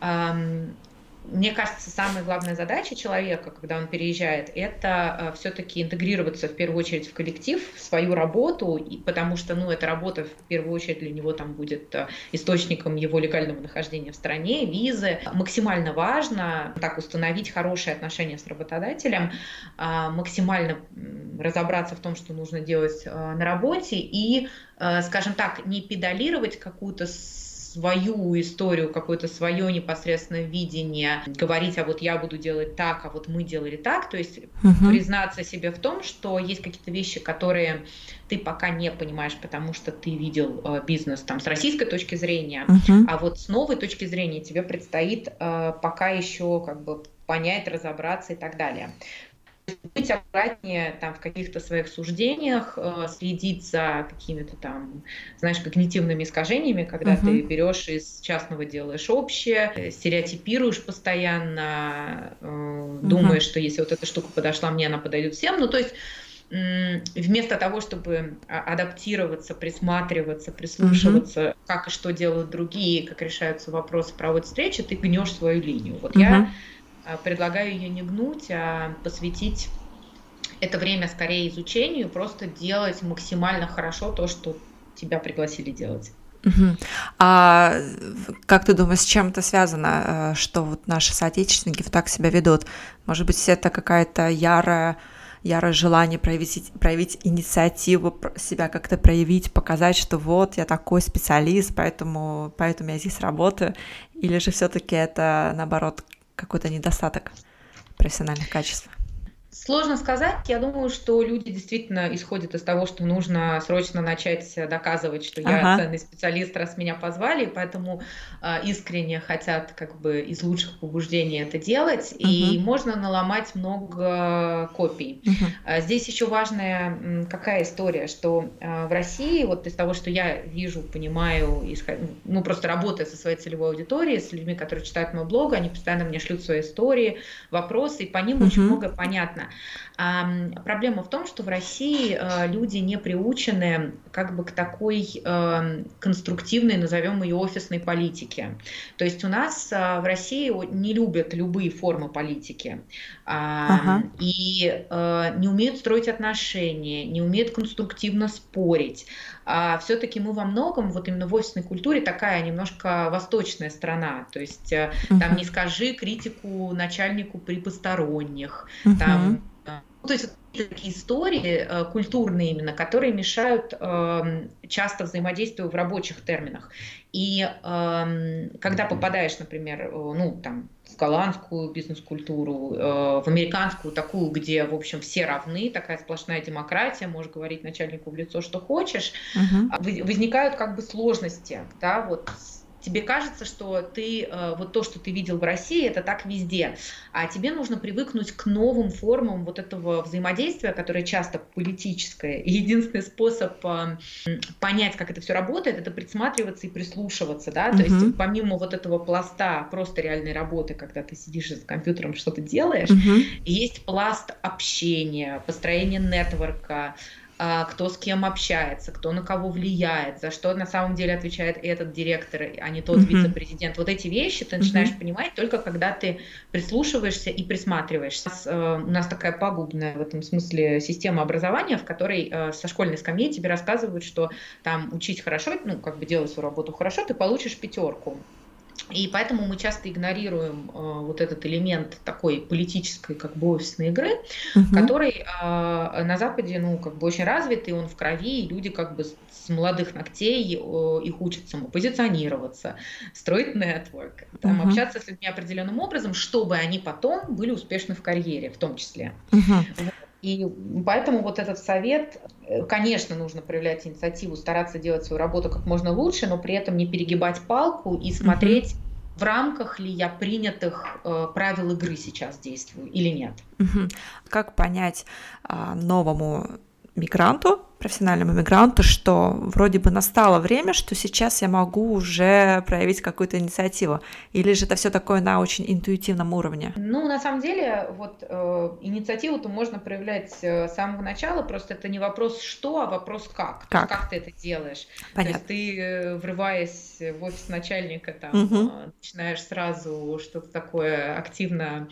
Speaker 2: Мне кажется, самая главная задача человека, когда он переезжает, это все-таки интегрироваться в первую очередь в коллектив, в свою работу, потому что, ну, эта работа в первую очередь для него там будет источником его легального нахождения в стране, визы. Максимально важно так установить хорошие отношения с работодателем, максимально разобраться в том, что нужно делать на работе и, скажем так, не педалировать какую-то свою историю, какое-то свое непосредственное видение, говорить, а вот я буду делать так, а вот мы делали так, то есть признаться себе в том, что есть какие-то вещи, которые ты пока не понимаешь, потому что ты видел бизнес там с российской точки зрения, а вот с новой точки зрения тебе предстоит пока еще как бы понять, разобраться и так далее. Быть аккуратнее там в каких-то своих суждениях, следить за какими-то там, знаешь, когнитивными искажениями, когда ты берешь из частного делаешь общее, стереотипируешь постоянно, думаешь, что если вот эта штука подошла мне, она подойдет всем. Ну, то есть вместо того, чтобы адаптироваться, присматриваться, прислушиваться, как и что делают другие, как решаются вопросы, проводят встречи, ты гнешь свою линию. Вот я предлагаю ее не гнуть, а посвятить это время скорее изучению, просто делать максимально хорошо то, что тебя пригласили делать.
Speaker 1: А как ты думаешь, с чем это связано, что вот наши соотечественники вот так себя ведут? Может быть, это какая-то ярое желание проявить инициативу, себя как-то проявить, показать, что вот я такой специалист, поэтому я здесь работаю, или же все-таки это, наоборот, какой-то недостаток профессиональных качеств?
Speaker 2: Сложно сказать. Я думаю, что люди действительно исходят из того, что нужно срочно начать доказывать, что я
Speaker 1: Ага.
Speaker 2: ценный специалист, раз меня позвали, поэтому искренне хотят как бы из лучших побуждений это делать, и
Speaker 1: Мгм.
Speaker 2: можно наломать много копий.
Speaker 1: Мгм.
Speaker 2: Здесь еще важная какая история, что в России, вот из того, что я вижу, понимаю, ну просто работая со своей целевой аудиторией, с людьми, которые читают мой блог, они постоянно мне шлют свои истории, вопросы, и по ним очень
Speaker 1: Мгм.
Speaker 2: многое понятно. Проблема в том, что в России люди не приучены как бы к такой конструктивной, назовем ее, офисной политике. То есть у нас в России не любят любые формы политики
Speaker 1: Ага.
Speaker 2: и не умеют строить отношения, не умеют конструктивно спорить. Все-таки мы во многом, вот именно в офисной культуре, такая немножко восточная страна. То есть там не
Speaker 1: Мгм.
Speaker 2: скажи критику начальнику при посторонних,
Speaker 1: Мгм.
Speaker 2: там, ну, то есть вот такие истории культурные именно, которые мешают часто взаимодействию в рабочих терминах. И когда попадаешь, например, ну, там, в голландскую бизнес-культуру, в американскую такую, где, в общем, все равны, такая сплошная демократия, можешь говорить начальнику в лицо, что хочешь,
Speaker 1: Мгм.
Speaker 2: возникают как бы сложности, да, вот тебе кажется, что ты, вот то, что ты видел в России, это так везде, а тебе нужно привыкнуть к новым формам вот этого взаимодействия, которое часто политическое, и единственный способ понять, как это все работает, это присматриваться и прислушиваться, да, то есть
Speaker 1: Мгм.
Speaker 2: помимо вот этого пласта просто реальной работы, когда ты сидишь за компьютером, что-то делаешь,
Speaker 1: Мгм.
Speaker 2: есть пласт общения, построения нетворка, кто с кем общается, кто на кого влияет, за что на самом деле отвечает этот директор, а не тот
Speaker 1: Мгм.
Speaker 2: вице-президент. Вот эти вещи ты
Speaker 1: Мгм.
Speaker 2: начинаешь понимать только когда ты прислушиваешься и присматриваешься. У нас такая пагубная в этом смысле система образования, в которой со школьной скамьи тебе рассказывают, что там учись хорошо, ну, как бы делай свою работу хорошо, ты получишь 5. И поэтому мы часто игнорируем вот этот элемент такой политической, как бы офисной игры,
Speaker 1: Мгм.
Speaker 2: который на Западе, ну, как бы очень развитый, он в крови, и люди как бы с молодых ногтей их учат самопозиционироваться, строить нетворк, там,
Speaker 1: Мгм.
Speaker 2: общаться с людьми определенным образом, чтобы они потом были успешны в карьере, в том числе.
Speaker 1: Мгм.
Speaker 2: Вот. И поэтому вот этот совет, конечно, нужно проявлять инициативу, стараться делать свою работу как можно лучше, но при этом не перегибать палку и
Speaker 1: Мгм.
Speaker 2: смотреть, в рамках ли я принятых правил игры сейчас действую или нет.
Speaker 1: Мгм. Как понять новому мигранту, профессиональному мигранту, что вроде бы настало время, что сейчас я могу уже проявить какую-то инициативу? Или же это все такое на очень интуитивном уровне?
Speaker 2: Ну, на самом деле, вот инициативу-то можно проявлять с самого начала, просто это не вопрос что, а вопрос как. То есть
Speaker 1: Как?
Speaker 2: как ты это делаешь. То есть
Speaker 1: Понятно.
Speaker 2: ты, врываясь в офис начальника, там,
Speaker 1: Мгм.
Speaker 2: начинаешь сразу что-то такое активно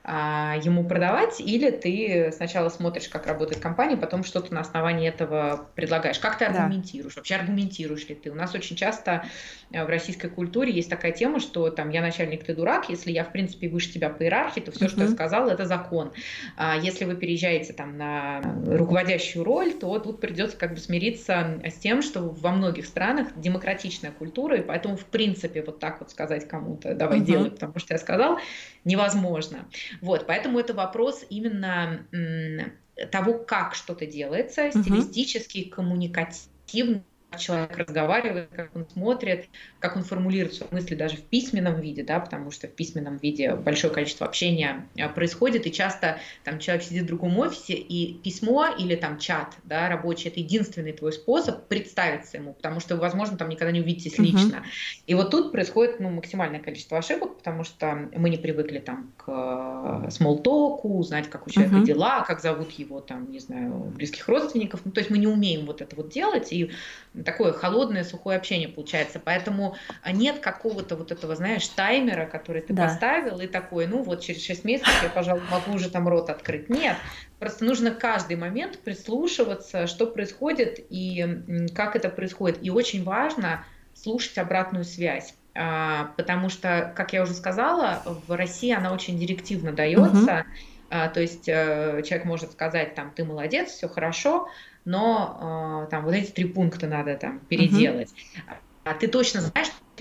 Speaker 2: ему продавать, или ты сначала смотришь, как работает компания, потом что-то на основании этого предлагаешь. Как ты
Speaker 1: Да.
Speaker 2: аргументируешь? Вообще аргументируешь ли ты? У нас очень часто в российской культуре есть такая тема, что там я начальник, ты дурак, если я, в принципе, выше тебя по иерархии, то все, что я
Speaker 1: Мгм.
Speaker 2: сказала, это закон. А если вы переезжаете там на руководящую роль, то тут придется как бы смириться с тем, что во многих странах демократичная культура, и поэтому, в принципе, вот так вот сказать кому-то, давай делай,
Speaker 1: Мгм.
Speaker 2: потому что я сказал, невозможно. Вот, поэтому это вопрос именно того, как что-то делается,
Speaker 1: Мгм.
Speaker 2: стилистически, коммуникативно, как человек разговаривает, как он смотрит, как он формулирует свои мысли даже в письменном виде, да, потому что в письменном виде большое количество общения происходит, и часто там человек сидит в другом офисе, и письмо или там чат, да, рабочий, это единственный твой способ представиться ему, потому что, возможно, там никогда не увидитесь
Speaker 1: Мгм.
Speaker 2: лично. И вот тут происходит, ну, максимальное количество ошибок, потому что мы не привыкли там к small talk, узнать, как у человека
Speaker 1: Мгм.
Speaker 2: дела, как зовут его, там, не знаю, близких родственников, ну, то есть мы не умеем вот это вот делать, и такое холодное, сухое общение получается. Поэтому нет какого-то вот этого, знаешь, таймера, который ты
Speaker 1: Да.
Speaker 2: поставил, и такой, ну вот через 6 месяцев я, пожалуй, могу уже там рот открыть. Нет, просто нужно каждый момент прислушиваться, что происходит и как это происходит. И очень важно слушать обратную связь. Потому что, как я уже сказала, в России она очень директивно
Speaker 1: Мгм.
Speaker 2: дается. То есть человек может сказать, там, ты молодец, все хорошо, но там вот эти 3 пункта надо там
Speaker 1: Мгм.
Speaker 2: переделать. А ты точно знаешь, что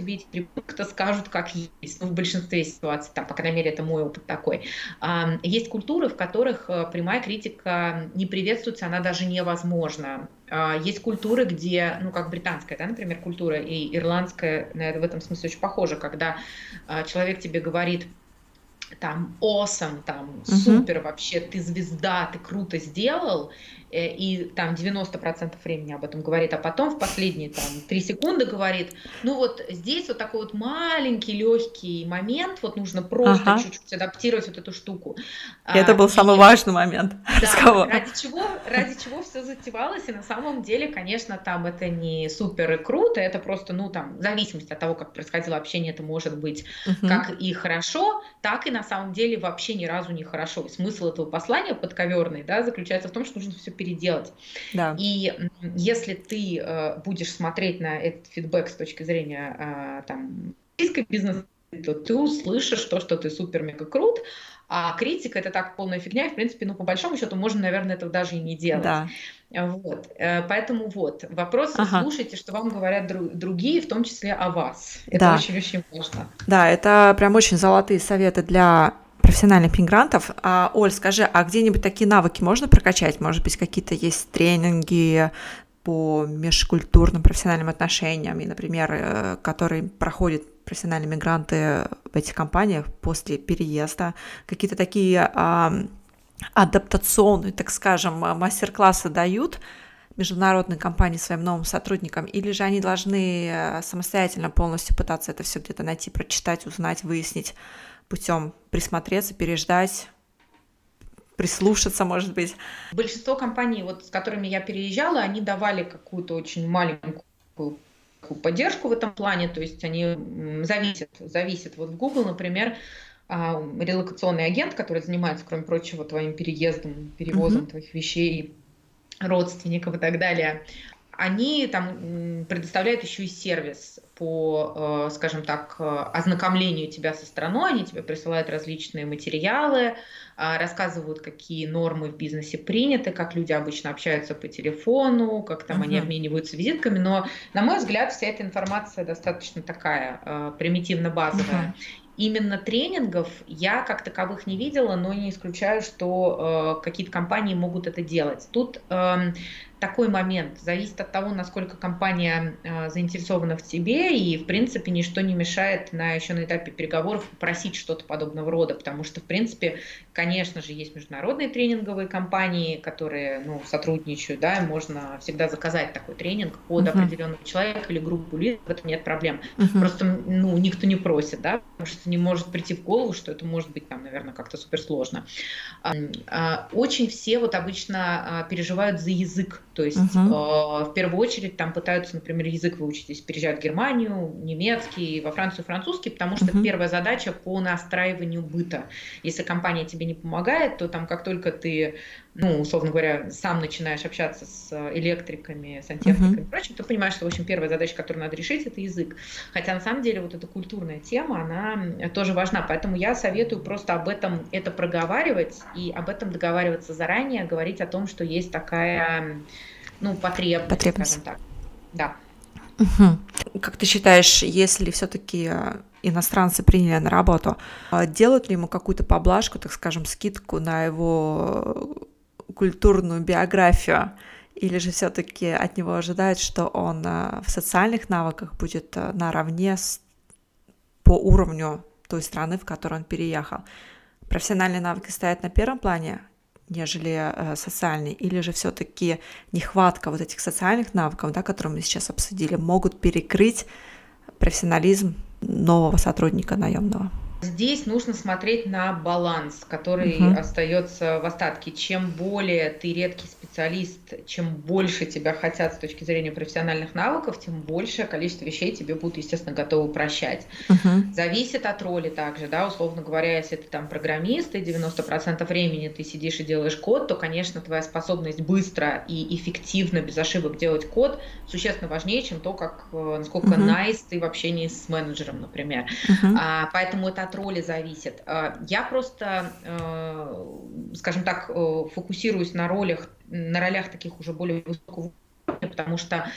Speaker 2: тебе эти 3 пункта скажут как есть. Ну, в большинстве ситуаций, там, по крайней мере, это мой опыт такой. Есть культуры, в которых прямая критика не приветствуется, она даже невозможна. Есть культуры, где, ну, как британская, да, например, культура, и ирландская в этом смысле очень похожа, когда человек тебе говорит, там, awesome, там,
Speaker 1: Мгм.
Speaker 2: супер, вообще, ты звезда, ты круто сделал, и там 90% времени об этом говорит, а потом в последние там 3 секунды говорит, ну вот здесь вот такой вот маленький легкий момент, вот нужно просто
Speaker 1: Ага.
Speaker 2: чуть-чуть адаптировать вот эту штуку.
Speaker 1: И это был самый
Speaker 2: И
Speaker 1: важный момент
Speaker 2: да,
Speaker 1: разговора.
Speaker 2: ради чего все затевалось, и на самом деле, конечно, там это не супер и круто, это просто, ну, там, в зависимости от того, как происходило общение, это может быть
Speaker 1: Мгм.
Speaker 2: как и хорошо, так и на самом деле вообще ни разу не хорошо. И смысл этого послания подковерный, да, заключается в том, что нужно все переделать.
Speaker 1: Да.
Speaker 2: И если ты будешь смотреть на этот фидбэк с точки зрения там, российской бизнес, то ты услышишь то, что ты супер-мега крут, а критика это так полная фигня, и в принципе, ну, по большому счету, можно, наверное, этого даже и не делать.
Speaker 1: Да.
Speaker 2: Вот. Поэтому вот, вопрос,
Speaker 1: Ага.
Speaker 2: слушайте, что вам говорят другие, в том числе о вас. Это
Speaker 1: Да.
Speaker 2: очень-очень важно.
Speaker 1: Да, это прям очень золотые советы для профессиональных мигрантов. Оль, скажи, а где-нибудь такие навыки можно прокачать? Может быть, какие-то есть тренинги по межкультурным профессиональным отношениям, и, например, которые проходят профессиональные мигранты в этих компаниях после переезда? Какие-то такие адаптационные, так скажем, мастер-классы дают международные компании своим новым сотрудникам, или же они должны самостоятельно полностью пытаться это все где-то найти, прочитать, узнать, выяснить путем присмотреться, переждать, прислушаться, может быть?
Speaker 2: Большинство компаний, вот, с которыми я переезжала, они давали какую-то очень маленькую поддержку в этом плане, то есть они зависят. Вот в Google, например, релокационный агент, который занимается, кроме прочего, твоим переездом, перевозом
Speaker 1: Мгм.
Speaker 2: твоих вещей, родственников и так далее, они там предоставляют еще и сервис по, скажем так, ознакомлению тебя со страной, они тебе присылают различные материалы, рассказывают, какие нормы в бизнесе приняты, как люди обычно общаются по телефону, как там они
Speaker 1: Мгм.
Speaker 2: обмениваются визитками, но, на мой взгляд, вся эта информация достаточно такая примитивно-базовая.
Speaker 1: Мгм.
Speaker 2: Именно тренингов я как таковых не видела, но не исключаю, что какие-то компании могут это делать. Тут такой момент. Зависит от того, насколько компания заинтересована в тебе, и, в принципе, ничто не мешает еще на этапе переговоров попросить что-то подобного рода, потому что, в принципе, конечно же, есть международные тренинговые компании, которые, ну, сотрудничают, да, и можно всегда заказать такой тренинг под
Speaker 1: Мгм.
Speaker 2: определенного человека или группу лиц, в этом нет проблем.
Speaker 1: Мгм.
Speaker 2: Просто, ну, никто не просит, да, потому что не может прийти в голову, что это может быть там, наверное, как-то суперсложно. Очень все вот обычно переживают за язык, то есть
Speaker 1: Мгм.
Speaker 2: в первую очередь там пытаются, например, язык выучить, если переезжают в Германию, немецкий, во Францию французский, потому что это
Speaker 1: Мгм.
Speaker 2: первая задача по настраиванию быта. Если компания тебе не помогает, то там как только ты, ну, условно говоря, сам начинаешь общаться с электриками, сантехниками
Speaker 1: Мгм.
Speaker 2: и прочим, ты понимаешь, что, в общем, первая задача, которую надо решить, это язык. Хотя, на самом деле, вот эта культурная тема, она тоже важна. Поэтому я советую просто об этом это проговаривать и об этом договариваться заранее, говорить о том, что есть такая, ну, потребность,
Speaker 1: Потребность.
Speaker 2: скажем так. Да.
Speaker 1: Мгм. Как ты считаешь, если все-таки иностранцы приняли на работу, делают ли ему какую-то поблажку, так скажем, скидку на его культурную биографию, или же все-таки от него ожидают, что он в социальных навыках будет наравне по уровню той страны, в которую он переехал? Профессиональные навыки стоят на первом плане, нежели социальные, или же все-таки нехватка вот этих социальных навыков, да, которые мы сейчас обсудили, могут перекрыть профессионализм нового сотрудника наемного?
Speaker 2: Здесь нужно смотреть на баланс, который
Speaker 1: Мгм.
Speaker 2: остается в остатке. Чем более ты редкий специалист, чем больше тебя хотят с точки зрения профессиональных навыков, тем большее количество вещей тебе будут, естественно, готовы прощать.
Speaker 1: Мгм.
Speaker 2: Зависит от роли также, да, условно говоря, если ты там программист, и 90% времени ты сидишь и делаешь код, то, конечно, твоя способность быстро и эффективно, без ошибок делать код существенно важнее, чем то, насколько
Speaker 1: Мгм.
Speaker 2: nice ты в общении с менеджером, например.
Speaker 1: Мгм.
Speaker 2: Поэтому это от роли зависит. Я просто, скажем так, фокусируюсь на ролях таких уже более высокого уровня, потому что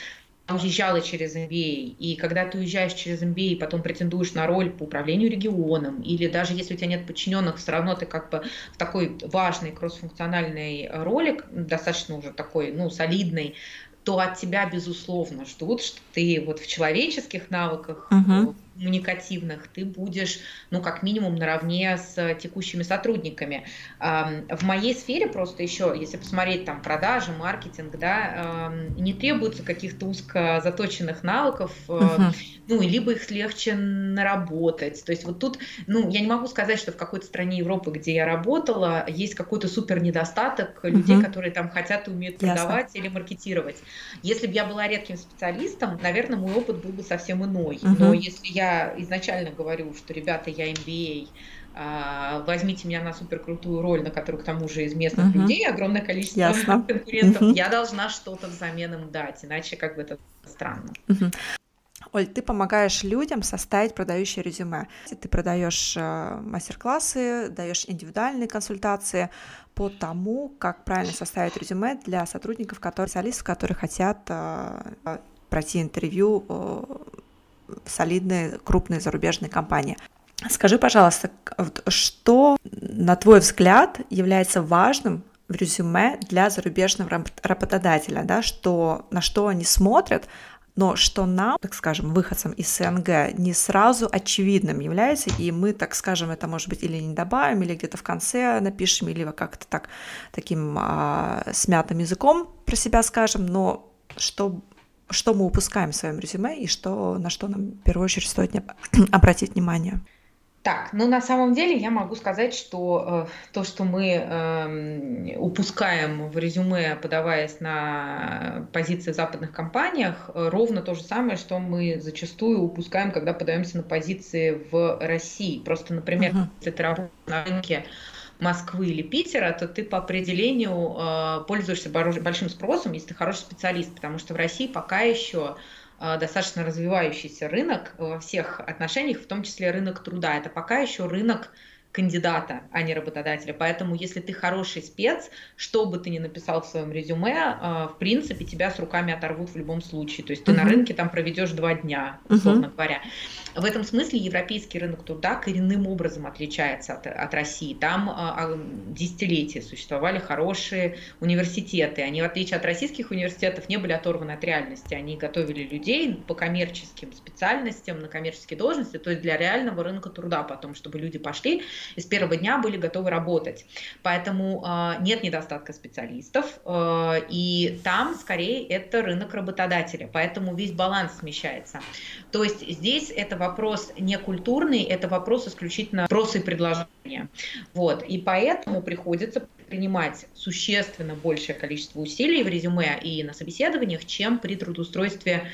Speaker 2: уезжала через MBA, и когда ты уезжаешь через MBA, потом претендуешь на роль по управлению регионом, или даже если у тебя нет подчиненных, все равно ты как бы в такой важной кроссфункциональной роли, достаточно уже такой, ну, солидной, то от тебя, безусловно, ждут, что ты вот в человеческих навыках,
Speaker 1: Мгм.
Speaker 2: коммуникативных, ты будешь, ну, как минимум, наравне с текущими сотрудниками. В моей сфере просто еще, если посмотреть там продажи, маркетинг, да, не требуется каких-то узко заточенных навыков,
Speaker 1: Мгм.
Speaker 2: ну, и либо их легче наработать. То есть вот тут, ну, я не могу сказать, что в какой-то стране Европы, где я работала, есть какой-то супер недостаток людей,
Speaker 1: Мгм.
Speaker 2: которые там хотят и умеют
Speaker 1: Ясно.
Speaker 2: продавать или маркетировать. Если бы я была редким специалистом, наверное, мой опыт был бы совсем иной. Но
Speaker 1: Мгм.
Speaker 2: если я изначально говорю, что, ребята, я MBA, возьмите меня на суперкрутую роль, на которую, к тому же, из местных
Speaker 1: Мгм.
Speaker 2: людей огромное количество
Speaker 1: Ясно.
Speaker 2: конкурентов,
Speaker 1: Мгм.
Speaker 2: я должна что-то взамен им дать, иначе как бы это странно.
Speaker 1: Мгм. Оль, ты помогаешь людям составить продающее резюме. Ты продаешь мастер-классы, даешь индивидуальные консультации по тому, как правильно составить резюме для сотрудников, специалистов, которые хотят пройти интервью в солидные крупные зарубежные компании. Скажи, пожалуйста, что, на твой взгляд, является важным в резюме для зарубежного работодателя, да, на что они смотрят, но что нам, так скажем, выходцам из СНГ, не сразу очевидным является, и мы, так скажем, это, может быть, или не добавим, или где-то в конце напишем, или как-то так, таким смятым языком про себя скажем, но что мы упускаем в своем резюме, и на что нам в первую очередь стоит обратить внимание.
Speaker 2: Так, ну на самом деле я могу сказать, что то, что мы упускаем в резюме, подаваясь на позиции в западных компаниях, ровно то же самое, что мы зачастую упускаем, когда подаемся на позиции в России. Просто, например,
Speaker 1: Мгм.
Speaker 2: если ты работаешь на рынке Москвы или Питера, то ты по определению пользуешься большим спросом, если ты хороший специалист, потому что в России пока еще достаточно развивающийся рынок во всех отношениях, в том числе рынок труда. Это пока еще рынок кандидата, а не работодателя. Поэтому, если ты хороший спец, что бы ты ни написал в своем резюме, в принципе, тебя с руками оторвут в любом случае. То есть ты на
Speaker 1: Мгм.
Speaker 2: рынке там проведешь 2 дня, условно
Speaker 1: Мгм.
Speaker 2: говоря. В этом смысле европейский рынок труда коренным образом отличается от России. Там десятилетия существовали хорошие университеты. Они, в отличие от российских университетов, не были оторваны от реальности. Они готовили людей по коммерческим специальностям, на коммерческие должности, то есть для реального рынка труда потом, чтобы люди пошли и с первого дня были готовы работать. Поэтому нет недостатка специалистов, и там скорее это рынок работодателя. Поэтому весь баланс смещается. То есть здесь это вопрос не культурный, это вопрос исключительно спроса и предложения. Вот. И поэтому приходится принимать существенно большее количество усилий в резюме и на собеседованиях, чем при трудоустройстве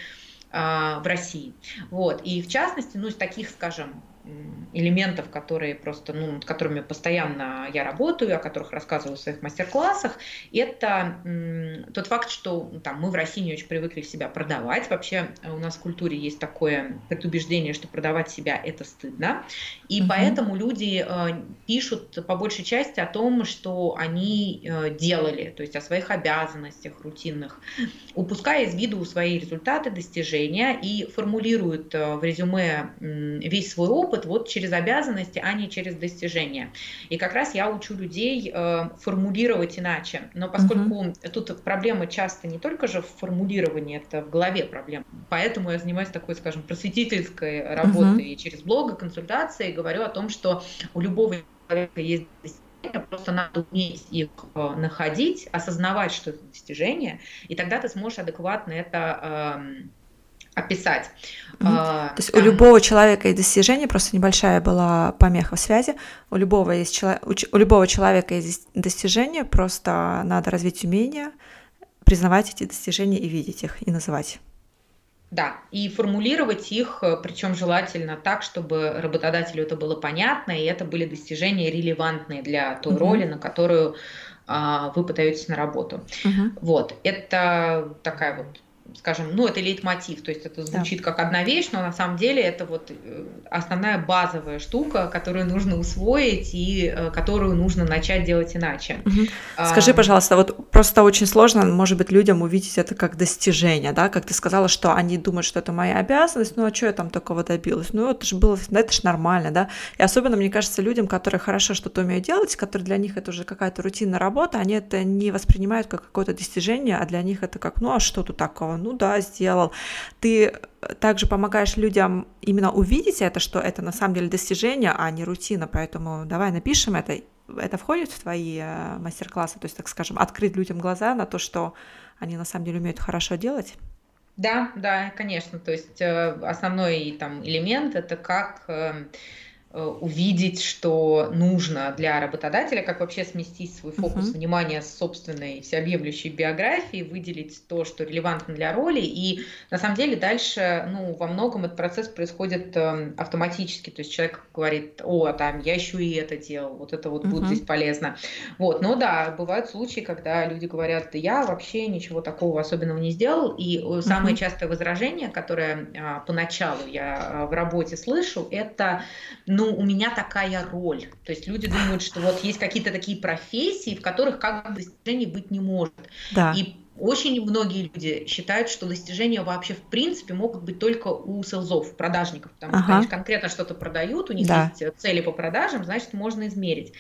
Speaker 2: в России. Вот. И в частности, ну, из таких, скажем, элементов, которые просто, ну, над которыми постоянно я работаю, о которых рассказываю в своих мастер-классах, это тот факт, что там, мы в России не очень привыкли себя продавать. Вообще у нас в культуре есть такое предубеждение, что продавать себя – это стыдно. И
Speaker 1: Мгм.
Speaker 2: поэтому люди пишут по большей части о том, что они делали, то есть о своих обязанностях рутинных, упуская из виду свои результаты, достижения и формулируют в резюме весь свой опыт вот через обязанности, а не через достижения. И как раз я учу людей формулировать иначе. Но
Speaker 1: Мгм.
Speaker 2: поскольку тут проблема часто не только же в формулировании, это в голове проблема. Поэтому я занимаюсь такой, скажем, просветительской
Speaker 1: Мгм.
Speaker 2: работой и через блог, и консультации, и говорю о том, что у любого человека есть достижения, просто надо уметь их находить, осознавать, что это достижение, и тогда ты сможешь адекватно это описать.
Speaker 1: Мгм. То есть у
Speaker 2: Там,
Speaker 1: любого человека есть достижение, просто небольшая была помеха в связи. У любого человека есть достижения, просто надо развить умение признавать эти достижения и видеть их, и называть.
Speaker 2: да, и формулировать их, причем желательно так, чтобы работодателю это было понятно, и это были достижения релевантные для той роли,
Speaker 1: Мгм.
Speaker 2: на которую вы подаетесь на работу.
Speaker 1: Мгм.
Speaker 2: Вот, это такая вот скажем, ну, это лейтмотив, то есть это
Speaker 1: Да.
Speaker 2: звучит как одна вещь, но на самом деле это вот основная базовая штука, которую нужно усвоить и которую нужно начать делать иначе.
Speaker 1: Скажи, пожалуйста, вот просто очень сложно, может быть, людям увидеть это как достижение, да, как ты сказала, что они думают, что это моя обязанность, ну а что я там такого добилась? Ну это же было, это же нормально, да, и особенно, мне кажется, людям, которые хорошо что-то умеют делать, которые для них это уже какая-то рутинная работа, они это не воспринимают как какое-то достижение, а для них это как, ну а что тут такого, ну да, сделал. Ты также помогаешь людям именно увидеть это, что это на самом деле достижение, а не рутина, поэтому давай напишем это. Это входит в твои мастер-классы, то есть, так скажем, открыть людям глаза на то, что они на самом деле умеют хорошо делать?
Speaker 2: Да, да, конечно. То есть основной там элемент это как увидеть, что нужно для работодателя, как вообще сместить свой фокус внимания с собственной всеобъемлющей биографии, выделить то, что релевантно для роли. И на самом деле дальше, ну, во многом этот процесс происходит автоматически. То есть человек говорит, о, там, я еще и это делал, вот это вот будет здесь полезно. Вот, но да, бывают случаи, когда люди говорят, да я вообще ничего такого особенного не сделал. И самое частое возражение, которое поначалу я в работе слышу, это, ну, у меня такая роль. То есть люди думают, что вот есть какие-то такие профессии, в которых как бы достижений быть не может.
Speaker 1: Да.
Speaker 2: И очень многие люди считают, что достижения вообще в принципе могут быть только у селзов, продажников, потому что они конкретно что-то продают, у них есть цели по продажам, значит, можно измерить.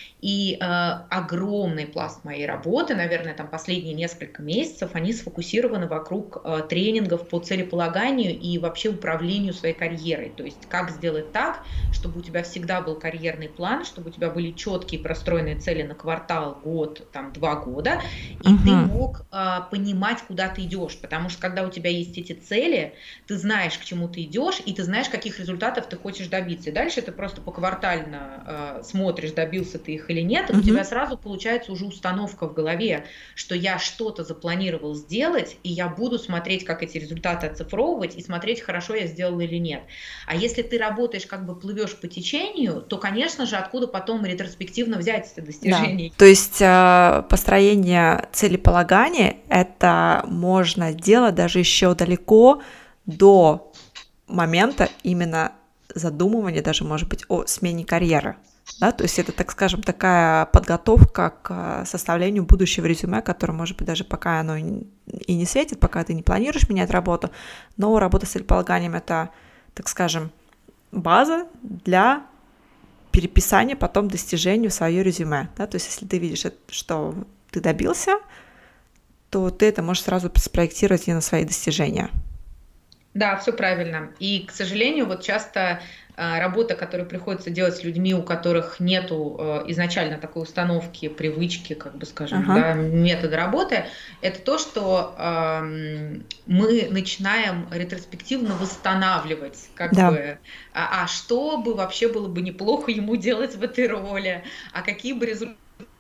Speaker 2: И огромный пласт моей работы, наверное, там последние несколько месяцев, они сфокусированы вокруг тренингов по целеполаганию и вообще управлению своей карьерой. То есть как сделать так, чтобы у тебя всегда был карьерный план, чтобы у тебя были четкие простроенные цели на квартал, год, там, 2 года, и ты мог понимать, куда ты идешь. Потому что когда у тебя есть эти цели, ты знаешь, к чему ты идешь, и ты знаешь, каких результатов ты хочешь добиться. И дальше ты просто поквартально смотришь, добился ты их или нет, и у тебя сразу получается уже установка в голове, что я что-то запланировал сделать, и я буду смотреть, как эти результаты оцифровывать, и смотреть, хорошо я сделал или нет. А если ты работаешь, как бы плывешь по течению, то, конечно же, откуда потом ретроспективно взять это достижение?
Speaker 1: Да. То есть построение целеполагания, это можно делать даже еще далеко до момента именно задумывания, даже, может быть, о смене карьеры. Да, то есть это, так скажем, такая подготовка к составлению будущего резюме, которое, может быть, даже пока оно и не светит, пока ты не планируешь менять работу, но работа с целеполаганием – это, так скажем, база для переписания потом достижений в свое резюме. Да? То есть если ты видишь, что ты добился, то ты это можешь сразу спроектировать и на свои достижения.
Speaker 2: Да, все правильно. И, к сожалению, вот часто работа, которую приходится делать с людьми, у которых нету изначально такой установки, привычки, как бы скажем, да, метода работы, это то, что мы начинаем ретроспективно восстанавливать, как бы, а что бы вообще было бы неплохо ему делать в этой роли, а какие бы результаты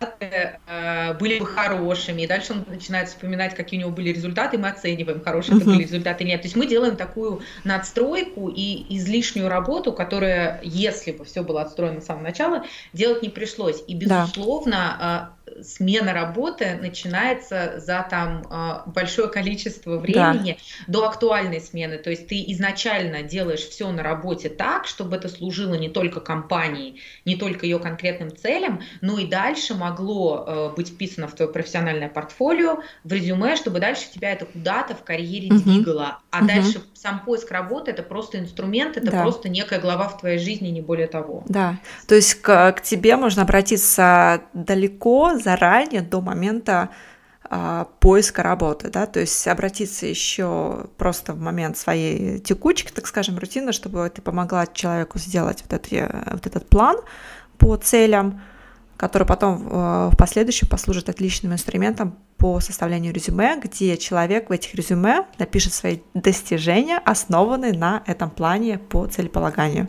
Speaker 2: были бы хорошими, и дальше он начинает вспоминать, какие у него были результаты, и мы оцениваем, хорошие это были результаты или нет. То есть мы делаем такую надстройку и излишнюю работу, которая, если бы все было отстроено с самого начала, делать не пришлось. И, безусловно, смена работы начинается за там большое количество времени до актуальной смены. То есть ты изначально делаешь все на работе так, чтобы это служило не только компании, не только ее конкретным целям, но и дальше могло быть вписано в твое профессиональное портфолио, в резюме, чтобы дальше тебя это куда-то в карьере двигало. А дальше сам поиск работы – это просто инструмент, это просто некая глава в твоей жизни, не более того.
Speaker 1: Да, то есть к тебе можно обратиться далеко, заранее, до момента поиска работы, да, то есть обратиться еще просто в момент своей текучки, так скажем, рутины, чтобы ты помогла человеку сделать вот этот план по целям, который потом в последующем послужит отличным инструментом по составлению резюме, где человек в этих резюме напишет свои достижения, основанные на этом плане по целеполаганию.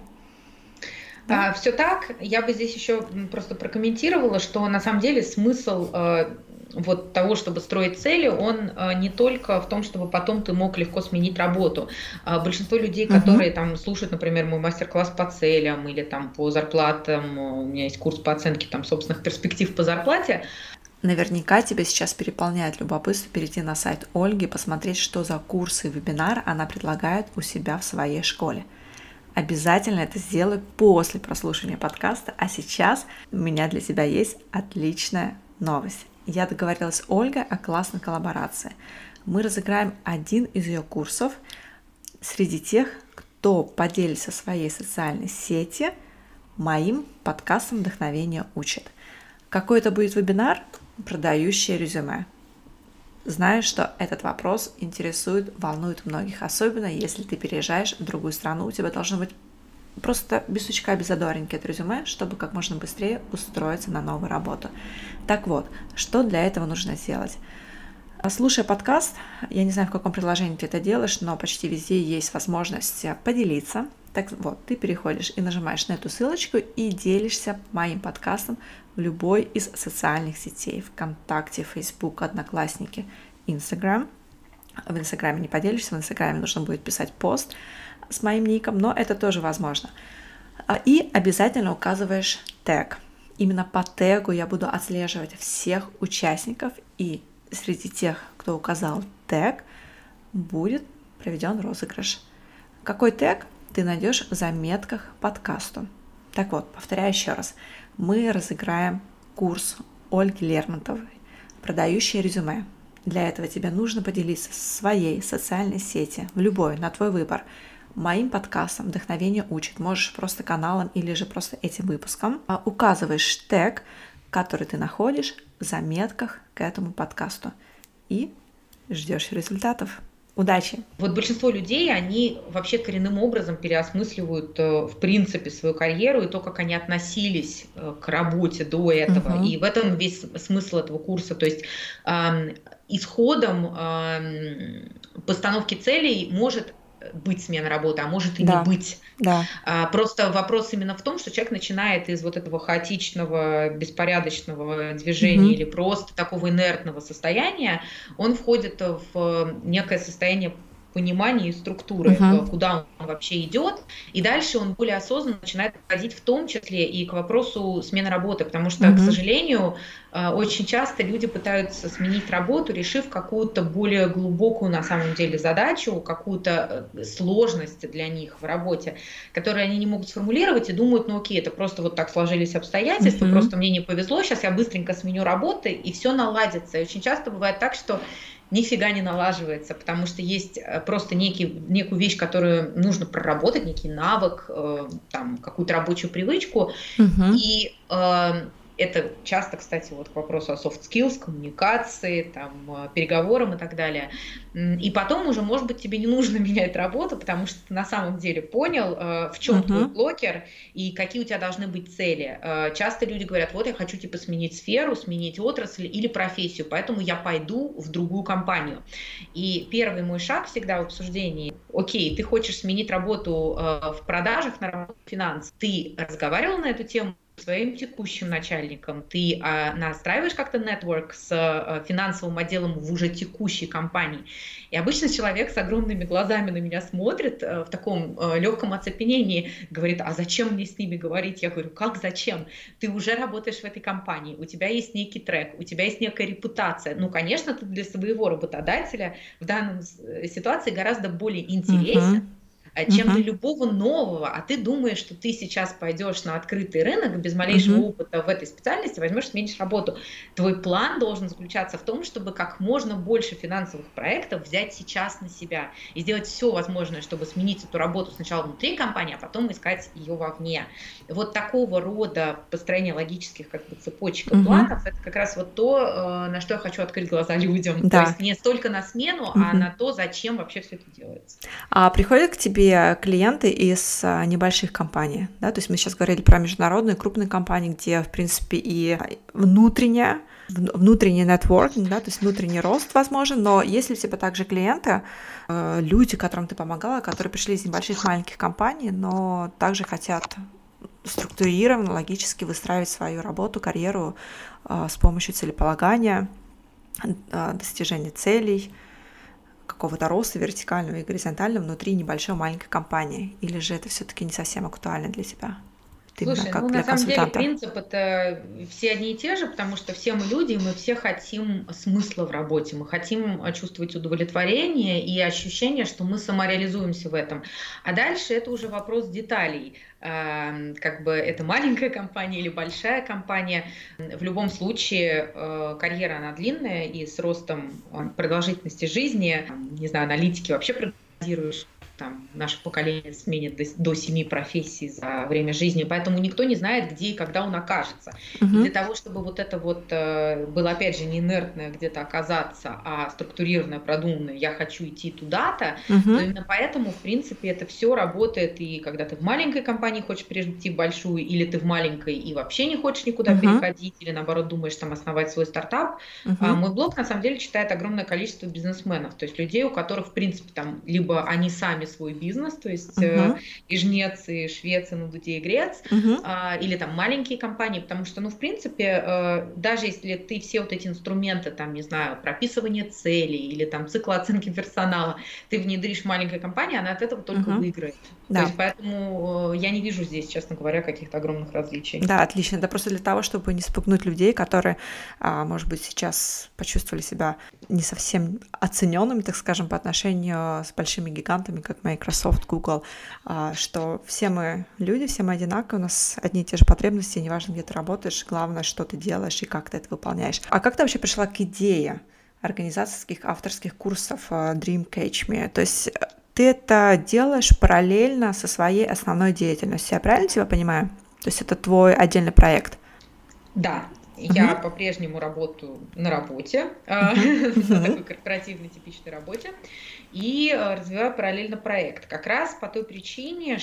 Speaker 2: Да? Все так. Я бы здесь еще просто прокомментировала, что на самом деле смысл вот того, чтобы строить цели, он не только в том, чтобы потом ты мог легко сменить работу. Большинство людей, которые там слушают, например, мой мастер-класс по целям или там по зарплатам, у меня есть курс по оценке там собственных перспектив по зарплате,
Speaker 1: Наверняка тебя сейчас переполняет любопытство перейти на сайт Ольги, посмотреть, что за курсы и вебинары она предлагает у себя в своей школе. Обязательно это сделай после прослушивания подкаста, а сейчас у меня для тебя есть отличная новость. Я договорилась с Ольгой о классной коллаборации. Мы разыграем один из ее курсов среди тех, кто поделится в своей социальной сети моим подкастом «Вдохновение учит». Какой это будет вебинар? Продающее резюме. Знаю, что этот вопрос интересует, волнует многих, особенно если ты переезжаешь в другую страну, у тебя должно быть просто без сучка, без задоринки это резюме, чтобы как можно быстрее устроиться на новую работу. Так вот, что для этого нужно сделать? Слушая подкаст, я не знаю, в каком приложении ты это делаешь, но почти везде есть возможность поделиться. Так вот, ты переходишь и нажимаешь на эту ссылочку и делишься моим подкастом в любой из социальных сетей: ВКонтакте, Facebook, Одноклассники, Instagram. В Инстаграме не поделишься, в Инстаграме нужно будет писать пост с моим ником, но это тоже возможно. И обязательно указываешь тег. Именно по тегу я буду отслеживать всех участников, и среди тех, кто указал тег, будет проведен розыгрыш. Какой тег ты найдешь в заметках подкасту? Так вот, повторяю еще раз. Мы разыграем курс Ольги Лермонтовой «Продающее резюме». Для этого тебе нужно поделиться в своей социальной сети, в любой, на твой выбор, моим подкастом «Вдохновение учит». Можешь просто каналом или же просто этим выпуском. Указываешь тег, который ты находишь в заметках к этому подкасту, и ждешь результатов. Удачи!
Speaker 2: Вот большинство людей, они вообще коренным образом переосмысливают, в принципе, свою карьеру и то, как они относились к работе до этого. И в этом весь смысл этого курса. То есть исходом постановки целей может быть смена работы, а может и не быть.
Speaker 1: Да.
Speaker 2: Просто вопрос именно в том, что человек начинает из вот этого хаотичного, беспорядочного движения или просто такого инертного состояния, он входит в некое состояние понимания и структуры, куда он вообще идет, и дальше он более осознанно начинает подходить в том числе и к вопросу смены работы, потому что, к сожалению, очень часто люди пытаются сменить работу, решив какую-то более глубокую на самом деле задачу, какую-то сложность для них в работе, которую они не могут сформулировать и думают, ну окей, это просто вот так сложились обстоятельства, просто мне не повезло, сейчас я быстренько сменю работы, и все наладится. И очень часто бывает так, что нифига не налаживается, потому что есть просто некую вещь, которую нужно проработать, некий навык, там, какую-то рабочую привычку, и это часто, кстати, вот к вопросу о soft skills, коммуникации, там, переговорам и так далее. И потом уже, может быть, тебе не нужно менять работу, потому что ты на самом деле понял, в чем твой блокер и какие у тебя должны быть цели. Часто люди говорят, вот я хочу типа сменить сферу, сменить отрасль или профессию, поэтому я пойду в другую компанию. И первый мой шаг всегда в обсуждении: окей, ты хочешь сменить работу в продажах на работу в финансах. Ты разговаривал на эту тему своим текущим начальником, ты настраиваешь как-то нетворк с финансовым отделом в уже текущей компании. И обычно человек с огромными глазами на меня смотрит в таком легком оцепенении, говорит, а зачем мне с ними говорить? Я говорю, как зачем? Ты уже работаешь в этой компании, у тебя есть некий трек, у тебя есть некая репутация. Ну, конечно, ты для своего работодателя в данной ситуации гораздо более интересен, чем для любого нового, а ты думаешь, что ты сейчас пойдешь на открытый рынок без малейшего опыта в этой специальности, возьмешь, сменишь работу. Твой план должен заключаться в том, чтобы как можно больше финансовых проектов взять сейчас на себя и сделать все возможное, чтобы сменить эту работу сначала внутри компании, а потом искать ее вовне. Вот такого рода построение логических как бы цепочек и планов, это как раз вот то, на что я хочу открыть глаза людям. То есть не столько на смену, а на то, зачем вообще все это делается.
Speaker 1: А приходят к тебе клиенты из небольших компаний, да, то есть мы сейчас говорили про международные крупные компании, где, в принципе, и внутренний нетворкинг, да, то есть внутренний рост возможен, но есть ли у тебя также клиенты, люди, которым ты помогала, которые пришли из небольших маленьких компаний, но также хотят структурированно, логически выстраивать свою работу, карьеру с помощью целеполагания, достижения целей, какого-то роста вертикального и горизонтального внутри небольшой маленькой компании? Или же это все-таки не совсем актуально для тебя? вот именно
Speaker 2: Слушай,
Speaker 1: как
Speaker 2: ну
Speaker 1: для
Speaker 2: на самом деле
Speaker 1: консультанта?
Speaker 2: принцип это все одни и те же, потому что все мы люди, и мы все хотим смысла в работе, мы хотим чувствовать удовлетворение и ощущение, что мы самореализуемся в этом. А дальше это уже вопрос деталей. Как бы это маленькая компания или большая компания. В любом случае карьера она длинная, и с ростом продолжительности жизни, не знаю, аналитики вообще прогнозируют, там, наше поколение сменит до 7 профессий за время жизни, поэтому никто не знает, где и когда он окажется. И для
Speaker 1: Мгм.
Speaker 2: того, чтобы вот это вот было, опять же, не инертное где-то оказаться, а структурированное, продуманное, я хочу идти туда-то, то
Speaker 1: Мгм.
Speaker 2: именно поэтому, в принципе, это все работает, и когда ты в маленькой компании хочешь перейти в большую, или ты в маленькой и вообще не хочешь никуда
Speaker 1: Мгм.
Speaker 2: переходить, или наоборот думаешь там основать свой стартап,
Speaker 1: Мгм.
Speaker 2: мой блог на самом деле читает огромное количество бизнесменов, то есть людей, у которых, в принципе, там либо они сами свой бизнес, то есть
Speaker 1: Мгм.
Speaker 2: и жнец, и швец, и на дуде, и грец,
Speaker 1: Мгм.
Speaker 2: или там маленькие компании, потому что, ну, в принципе, даже если ты все вот эти инструменты, там, не знаю, прописывание целей или там цикл оценки персонала, ты внедришь в маленькой компании, она от этого только
Speaker 1: Мгм.
Speaker 2: выиграет. То
Speaker 1: Да.
Speaker 2: есть поэтому я не вижу здесь, честно говоря, каких-то огромных различий.
Speaker 1: Да, отлично. Это просто для того, чтобы не спугнуть людей, которые, может быть, сейчас почувствовали себя не совсем оцененными, так скажем, по отношению с большими гигантами, как Microsoft, Google, что все мы люди, все мы одинаковые, у нас одни и те же потребности, неважно, где ты работаешь, главное, что ты делаешь и как ты это выполняешь. А как ты вообще пришла к идее организации таких авторских курсов Dream Catch Me? То есть ты это делаешь параллельно со своей основной деятельностью, я правильно тебя понимаю? То есть это твой отдельный проект.
Speaker 2: Да, я
Speaker 1: Мгм.
Speaker 2: по-прежнему работаю на работе,
Speaker 1: Мгм.
Speaker 2: на
Speaker 1: Мгм.
Speaker 2: такой корпоративной типичной работе, и развиваю параллельно проект. Как раз по той причине,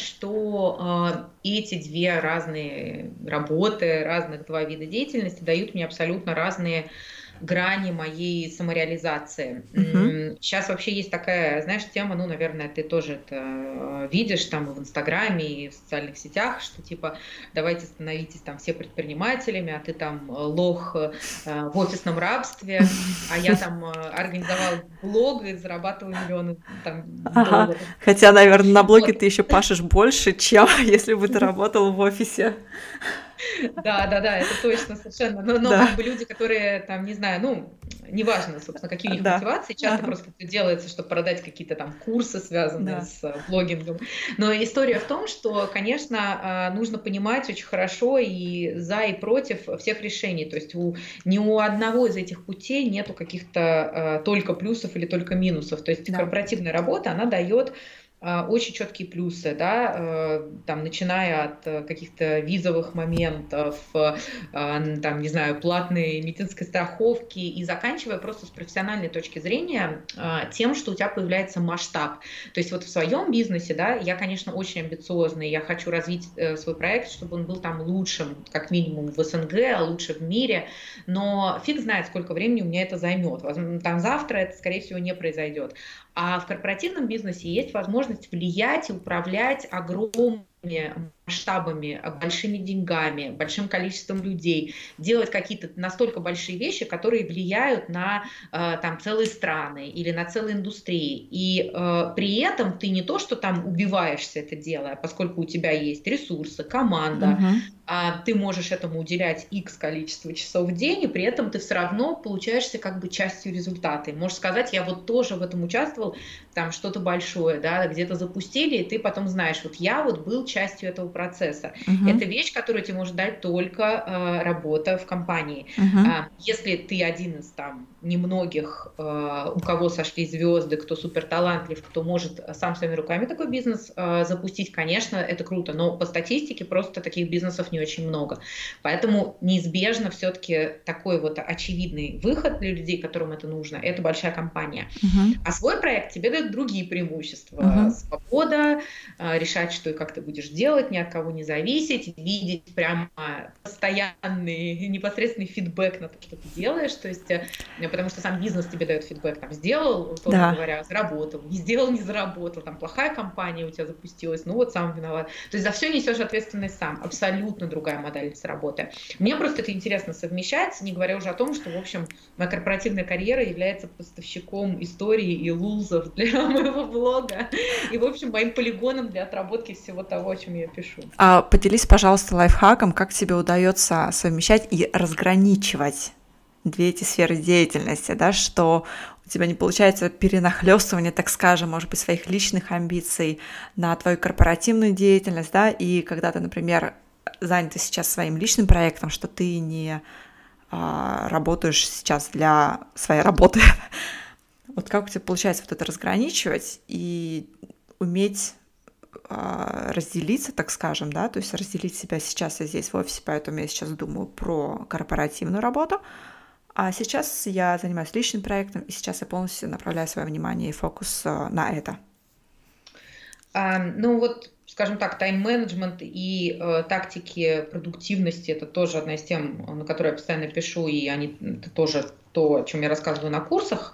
Speaker 2: что эти две разные работы, разных два вида деятельности дают мне абсолютно разные грани моей самореализации.
Speaker 1: Мгм.
Speaker 2: Сейчас вообще есть такая, знаешь, тема, ну, наверное, ты тоже это видишь там и в Инстаграме, и в социальных сетях, что типа давайте становитесь там все предпринимателями, а ты там лох в офисном рабстве, а я там организовал блог и зарабатываю миллионы там
Speaker 1: Ага.
Speaker 2: долларов.
Speaker 1: Хотя, наверное, на блоге
Speaker 2: Вот.
Speaker 1: ты еще пашешь больше, чем если бы ты работал в офисе.
Speaker 2: Да, да, да, это точно совершенно. Но
Speaker 1: Да,
Speaker 2: как бы люди, которые там, не знаю, ну, неважно, собственно, какие у них
Speaker 1: да.
Speaker 2: мотивации, часто
Speaker 1: Ага.
Speaker 2: просто это делается, чтобы продать какие-то там курсы, связанные
Speaker 1: Да.
Speaker 2: с блогингом. Но история в том, что, конечно, нужно понимать очень хорошо и за, и против всех решений. То есть ни у одного из этих путей нету каких-то только плюсов или только минусов. То есть
Speaker 1: Да.
Speaker 2: корпоративная работа, она дает очень четкие плюсы, да, там, начиная от каких-то визовых моментов, там, не знаю, платной медицинской страховки и заканчивая просто с профессиональной точки зрения тем, что у тебя появляется масштаб. То есть вот в своем бизнесе, да, я, конечно, очень амбициозный, я хочу развить свой проект, чтобы он был там лучшим, как минимум в СНГ, а лучше в мире, но фиг знает, сколько времени у меня это займет. Возможно, там завтра это, скорее всего, не произойдет. А в корпоративном бизнесе есть возможность влиять и управлять огромными масштабами, большими деньгами, большим количеством людей, делать какие-то настолько большие вещи, которые влияют на там целые страны или на целые индустрии. И при этом ты не то, что там убиваешься это делая, поскольку у тебя есть ресурсы, команда,
Speaker 1: Мгм.
Speaker 2: ты можешь этому уделять X количество часов в день, и при этом ты все равно получаешься как бы частью результата. И можешь сказать, я вот тоже в этом участвовал, там что-то большое, да, где-то запустили, и ты потом знаешь, вот я вот был частью этого процесса.
Speaker 1: Мгм.
Speaker 2: Это вещь, которую тебе может дать только работа в компании.
Speaker 1: Мгм.
Speaker 2: Если ты один из там немногих, у кого сошли звезды, кто супер талантлив, кто может сам своими руками такой бизнес запустить, конечно, это круто, но по статистике просто таких бизнесов не очень много. Поэтому неизбежно все-таки такой вот очевидный выход для людей, которым это нужно, это большая компания.
Speaker 1: Мгм.
Speaker 2: А свой проект тебе дает другие преимущества.
Speaker 1: Мгм.
Speaker 2: Свобода, решать, что и как ты будешь делать, ни от кого не зависеть, видеть прямо постоянный, непосредственный фидбэк на то, что ты делаешь. То есть потому что сам бизнес тебе дает фидбэк, там, сделал, условно
Speaker 1: Да.
Speaker 2: говоря, заработал, не сделал, не заработал, там, плохая компания у тебя запустилась, ну вот сам виноват. То есть за все несешь ответственность сам, абсолютно другая модель работы. Мне просто это интересно совмещать, не говоря уже о том, что, в общем, моя корпоративная карьера является поставщиком истории и лузов для моего блога, и, в общем, моим полигоном для отработки всего того, о чем я пишу.
Speaker 1: Поделись, пожалуйста, лайфхаком, как тебе удается совмещать и разграничивать две эти сферы деятельности, да, что у тебя не получается перенахлёстывание, так скажем, может быть, своих личных амбиций на твою корпоративную деятельность, да, и когда ты, например, занята сейчас своим личным проектом, что ты не работаешь сейчас для своей работы. Вот как у тебя получается вот это разграничивать и уметь разделиться, так скажем, да, то есть разделить себя сейчас я здесь в офисе, поэтому я сейчас думаю про корпоративную работу, а сейчас я занимаюсь личным проектом, и сейчас я полностью направляю свое внимание и фокус на это.
Speaker 2: Ну вот, скажем так, тайм-менеджмент и тактики продуктивности — это тоже одна из тем, на которые я постоянно пишу, и это тоже то, о чем я рассказываю на курсах.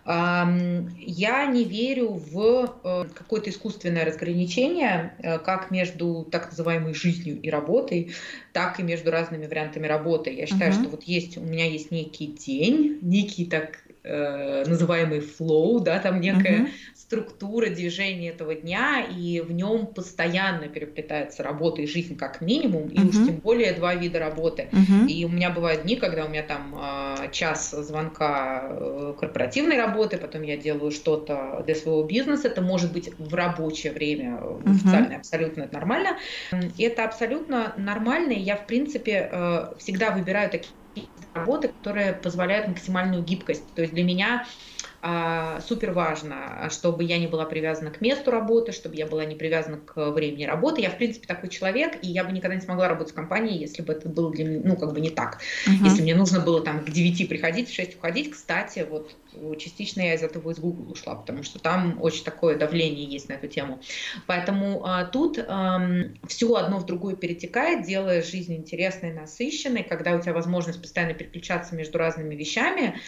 Speaker 2: Я не верю в какое-то искусственное разграничение, как между так называемой жизнью и работой, так и между разными вариантами работы. Я считаю, что вот у меня есть некий день, некий так называемый flow, да, там некая структура движения этого дня, и в нем постоянно переплетается работа и жизнь как минимум, и уж тем более два вида работы. И у меня бывают дни, когда у меня там час звонка корпоративной работы, потом я делаю что-то для своего бизнеса, это может быть в рабочее время, в официальное, абсолютно это нормально. И это абсолютно нормально, и я, в принципе, всегда выбираю такие работы, которые позволяют максимальную гибкость. То есть для меня супер важно, чтобы я не была привязана к месту работы, чтобы я была не привязана к времени работы. Я, в принципе, такой человек, и я бы никогда не смогла работать в компании, если бы это было для меня, ну, как бы не так. Если мне нужно было там к 9 приходить, в 6 уходить. Кстати, вот частично я из этого из Google ушла, потому что там очень такое давление есть на эту тему. Поэтому тут все одно в другое перетекает, делая жизнь интересной, насыщенной, когда у тебя возможность постоянно переключаться между разными вещами.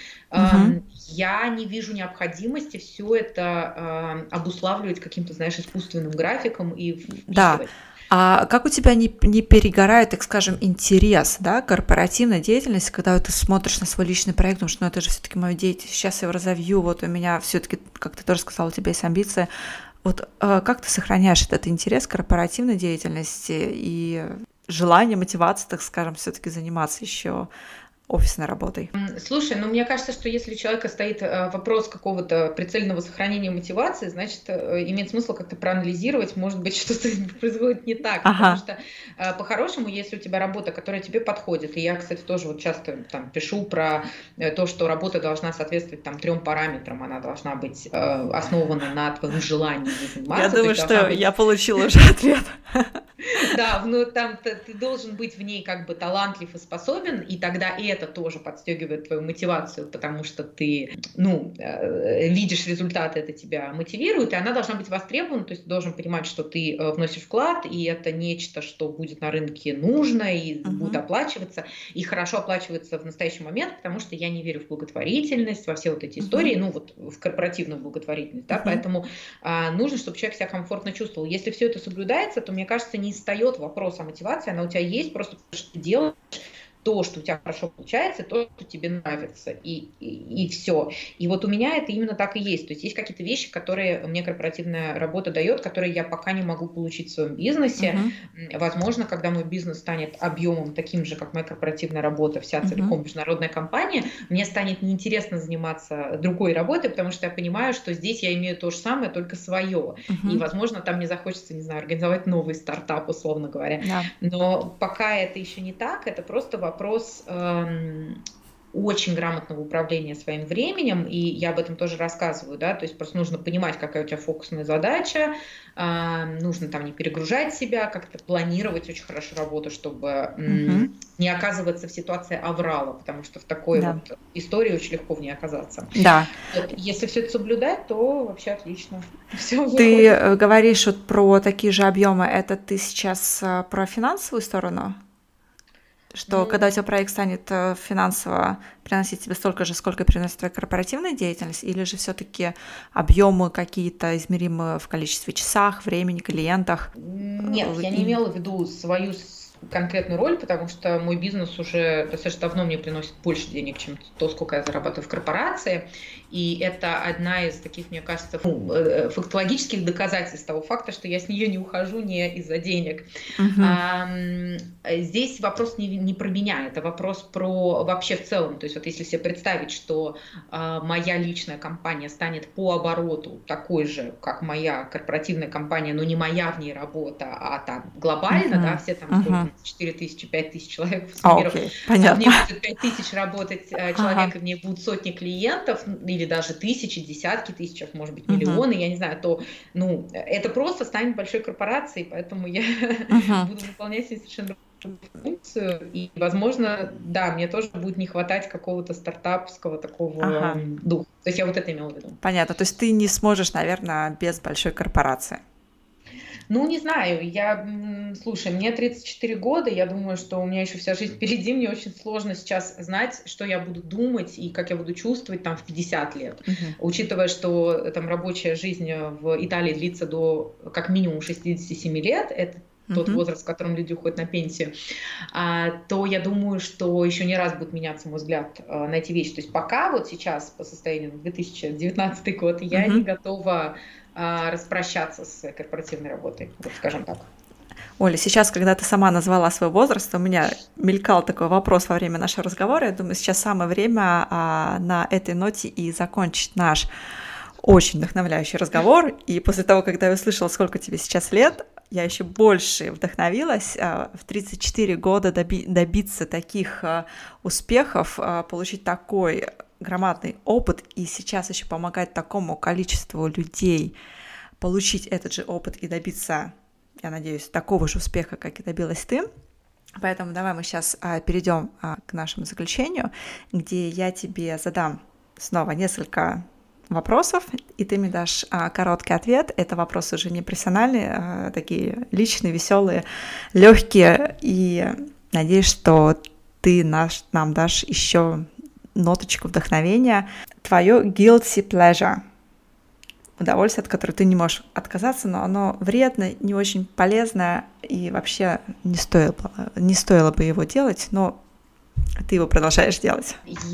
Speaker 2: Я не вижу необходимости все это обуславливать каким-то, знаешь, искусственным графиком и вписывать.
Speaker 1: Да. А как у тебя не перегорает, так скажем, интерес, да, корпоративная деятельность, когда ты смотришь на свой личный проект, потому что, ну, это же все-таки мое деятельность, сейчас я его разовью, вот у меня все-таки, как ты тоже сказала, у тебя есть амбиция. Вот как ты сохраняешь этот интерес к корпоративной деятельности и желание, мотивацию, так скажем, все-таки заниматься еще офисной работой?
Speaker 2: Слушай, ну мне кажется, что если у человека стоит вопрос какого-то прицельного сохранения мотивации, значит, имеет смысл как-то проанализировать, может быть, что-то происходит не так. Потому что по-хорошему, если у тебя работа, которая тебе подходит, и я, кстати, тоже вот часто там пишу про то, что работа должна соответствовать там 3 параметрам, она должна быть основана на твоем желании заниматься.
Speaker 1: Я думаю, что я получила уже ответ.
Speaker 2: Да, ну там ты должен быть в ней как бы талантлив и способен, и тогда это тоже подстегивает твою мотивацию, потому что ты, ну, видишь результаты, это тебя мотивирует, и она должна быть востребована, то есть ты должен понимать, что ты вносишь вклад, и это нечто, что будет на рынке нужно, и будет оплачиваться, и хорошо оплачивается в настоящий момент, потому что я не верю в благотворительность, во все вот эти истории, ну вот в корпоративную благотворительность, да, поэтому нужно, чтобы человек себя комфортно чувствовал. Если все это соблюдается, то, мне кажется, не встает вопрос о мотивации, она у тебя есть, просто потому что ты делаешь то, что у тебя хорошо получается, то, что тебе нравится, и все. И вот у меня это именно так и есть. То есть есть какие-то вещи, которые мне корпоративная работа дает, которые я пока не могу получить в своем бизнесе. Возможно, когда мой бизнес станет объемом таким же, как моя корпоративная работа, вся целиком международная компания, мне станет неинтересно заниматься другой работой, потому что я понимаю, что здесь я имею то же самое, только свое. И, возможно, там мне захочется, не знаю, организовать новый стартап, условно говоря. Но пока это еще не так, это просто вопрос очень грамотного управления своим временем, и я об этом тоже рассказываю, да, то есть просто нужно понимать, какая у тебя фокусная задача, нужно там не перегружать себя, как-то планировать очень хорошо работу, чтобы не оказываться в ситуации аврала, потому что в такой вот истории очень легко в ней оказаться.
Speaker 1: Да.
Speaker 2: Вот, если все это соблюдать, то вообще отлично.
Speaker 1: Ты говоришь вот про такие же объемы, это ты сейчас про финансовую сторону? что когда у тебя проект станет финансово приносить тебе столько же, сколько приносит твоя корпоративная деятельность, или же все-таки объемы какие-то измеримые в количестве часах, времени, клиентах?
Speaker 2: Нет, я не имела в виду свою конкретную роль, потому что мой бизнес уже достаточно давно мне приносит больше денег, чем то, сколько я зарабатываю в корпорации. И это одна из таких, мне кажется, фактологических доказательств того факта, что я с нее не ухожу не из-за денег. Здесь вопрос не про меня, это вопрос про вообще в целом. То есть вот если себе представить, что моя личная компания станет по обороту такой же, как моя корпоративная компания, но не моя в ней работа, а там глобально, да, все там 4 тысячи, 5 тысяч человек в мире, в ней будет 5 тысяч работать человек, и в ней будут сотни клиентов, или даже тысячи, десятки тысяч, может быть, миллионы, я не знаю, то, это просто станет большой корпорацией, поэтому я буду выполнять совершенно другую функцию, и, возможно, да, мне тоже будет не хватать какого-то стартапского такого духа. То есть я вот это имела в виду.
Speaker 1: Понятно, то есть ты не сможешь, наверное, без большой корпорации.
Speaker 2: Не знаю, слушай, мне 34 года, я думаю, что у меня еще вся жизнь впереди, мне очень сложно сейчас знать, что я буду думать и как я буду чувствовать там в 50 лет, учитывая, что там рабочая жизнь в Италии длится до как минимум 67 лет, это тот возраст, в котором люди уходят на пенсию, то я думаю, что еще не раз будет меняться мой взгляд на эти вещи. То есть пока вот сейчас, по состоянию на 2019 год, я не готова распрощаться с корпоративной работой, вот скажем так.
Speaker 1: Оля, сейчас, когда ты сама назвала свой возраст, у меня мелькал такой вопрос во время нашего разговора. Я думаю, сейчас самое время на этой ноте и закончить наш очень вдохновляющий разговор. И после того, когда я услышала, сколько тебе сейчас лет, я еще больше вдохновилась в 34 года добиться таких успехов, получить такой громадный опыт и сейчас еще помогать такому количеству людей получить этот же опыт и добиться, я надеюсь, такого же успеха, как и добилась ты. Поэтому давай мы сейчас перейдем к нашему заключению, где я тебе задам снова несколько вопросов, и ты мне дашь короткий ответ. Это вопросы уже не профессиональные, такие личные, веселые, легкие, и надеюсь, что ты нам дашь еще ноточку вдохновения. Твое guilty pleasure. Удовольствие, от которого ты не можешь отказаться, но оно вредно, не очень полезное, и вообще не стоило бы его делать, но ты его продолжаешь делать.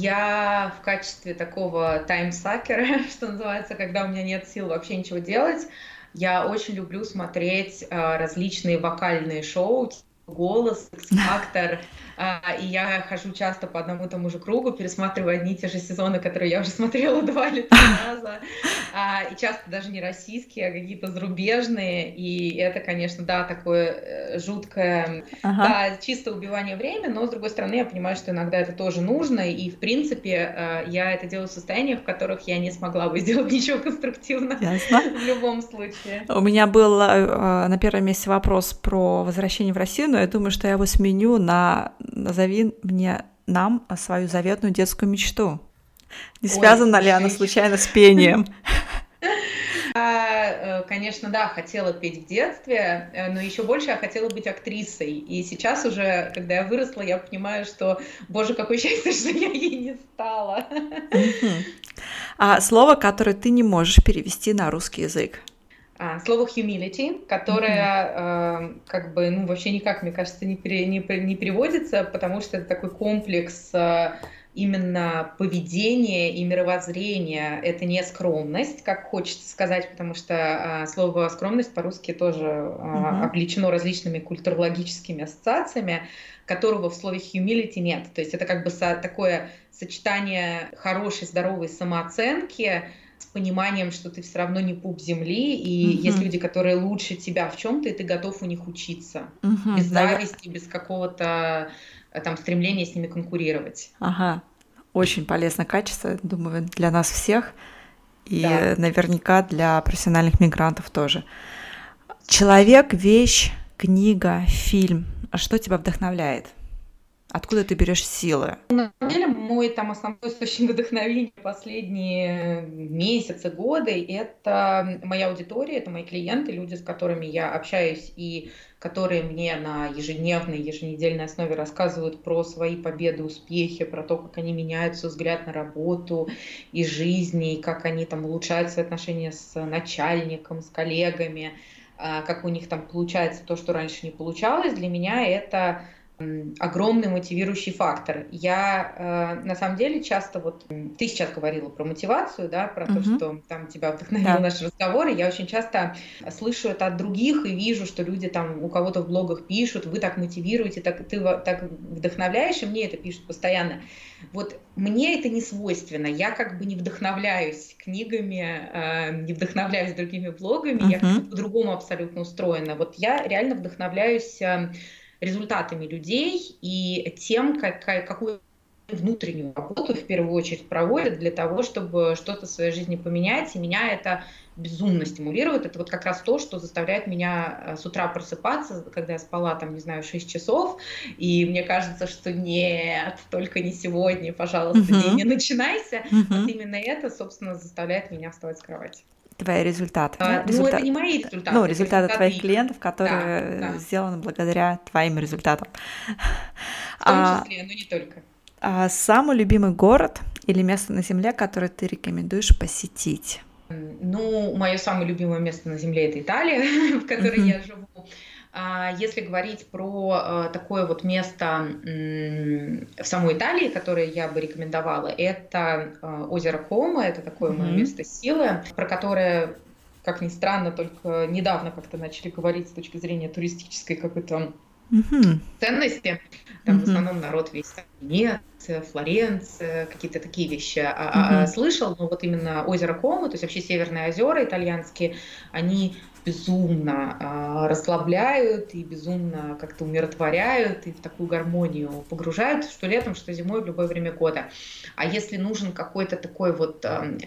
Speaker 2: Я в качестве такого таймсакера, что называется, когда у меня нет сил вообще ничего делать, я очень люблю смотреть различные вокальные шоу, «Голос», «X-Factor», и я хожу часто по одному и тому же кругу, пересматриваю одни и те же сезоны, которые я уже смотрела 2 или 3 раза, и часто даже не российские, а какие-то зарубежные, и это, конечно, да, такое жуткое, да, чисто убивание времени, но, с другой стороны, я понимаю, что иногда это тоже нужно, и, в принципе, я это делаю в состояниях, в которых я не смогла бы сделать ничего конструктивного в любом случае.
Speaker 1: У меня был на первом месте вопрос про возвращение в Россию, но я думаю, что я его сменю на «Назови нам свою заветную детскую мечту». Не связана ли она случайно с пением?
Speaker 2: Конечно, да, хотела петь в детстве, но еще больше я хотела быть актрисой. И сейчас уже, когда я выросла, я понимаю, что, боже, какое счастье, что я ей не стала.
Speaker 1: А слово, которое ты не можешь перевести на русский язык?
Speaker 2: Слово humility, которое вообще никак, мне кажется, не переводится, потому что это такой комплекс именно поведения и мировоззрения. Это не скромность, как хочется сказать, потому что слово скромность по-русски тоже облечено различными культурологическими ассоциациями, которого в слове humility нет. То есть это как бы такое сочетание хорошей, здоровой самооценки с пониманием, что ты все равно не пуп земли, и есть люди, которые лучше тебя в чем-то, и ты готов у них учиться. Без зависти, без какого-то там стремления с ними конкурировать.
Speaker 1: Очень полезное качество, думаю, для нас всех, и наверняка для профессиональных мигрантов тоже. Человек, вещь, книга, фильм. Что тебя вдохновляет? Откуда ты берешь силы?
Speaker 2: На самом деле, мой там основной источник вдохновения последние месяцы, годы — это моя аудитория, это мои клиенты, люди, с которыми я общаюсь и которые мне на ежедневной, еженедельной основе рассказывают про свои победы, успехи, про то, как они меняют свой взгляд на работу и жизнь, и как они там улучшают свои отношения с начальником, с коллегами, как у них там получается то, что раньше не получалось. Для меня это огромный мотивирующий фактор. Я на самом деле часто, вот ты сейчас говорила про мотивацию, да, про то, что там тебя вдохновил наш разговор, и я очень часто слышу это от других и вижу, что люди там у кого-то в блогах пишут: вы так мотивируете, ты так вдохновляешь, и мне это пишут постоянно. Вот мне это не свойственно, я как бы не вдохновляюсь книгами, не вдохновляюсь другими блогами, я как-то по-другому абсолютно устроена. Вот я реально вдохновляюсь результатами людей и тем, какую внутреннюю работу в первую очередь проводят для того, чтобы что-то в своей жизни поменять, и меня это безумно стимулирует. Это вот как раз то, что заставляет меня с утра просыпаться, когда я спала, там, не знаю, 6 часов, и мне кажется, что нет, только не сегодня, пожалуйста, день не начинайся. Вот именно это, собственно, заставляет меня вставать с кровати.
Speaker 1: Твои результаты.
Speaker 2: Ну, это не мои результаты.
Speaker 1: Ну, результаты твоих клиентов, которые сделаны благодаря твоим результатам.
Speaker 2: В том числе, но не только.
Speaker 1: Самый любимый город или место на Земле, которое ты рекомендуешь посетить?
Speaker 2: Ну, мое самое любимое место на Земле — это Италия, в которой я живу. Если говорить про такое вот место в самой Италии, которое я бы рекомендовала, это озеро Комо, это такое мое место силы, про которое, как ни странно, только недавно как-то начали говорить с точки зрения туристической какой-то ценности. Там в основном народ весь Венеция, Флоренция, какие-то такие вещи слышал, но вот именно озеро Комо, то есть вообще северные озера итальянские, они безумно расслабляют и безумно как-то умиротворяют и в такую гармонию погружают, что летом, что зимой, в любое время года. А если нужен какой-то такой вот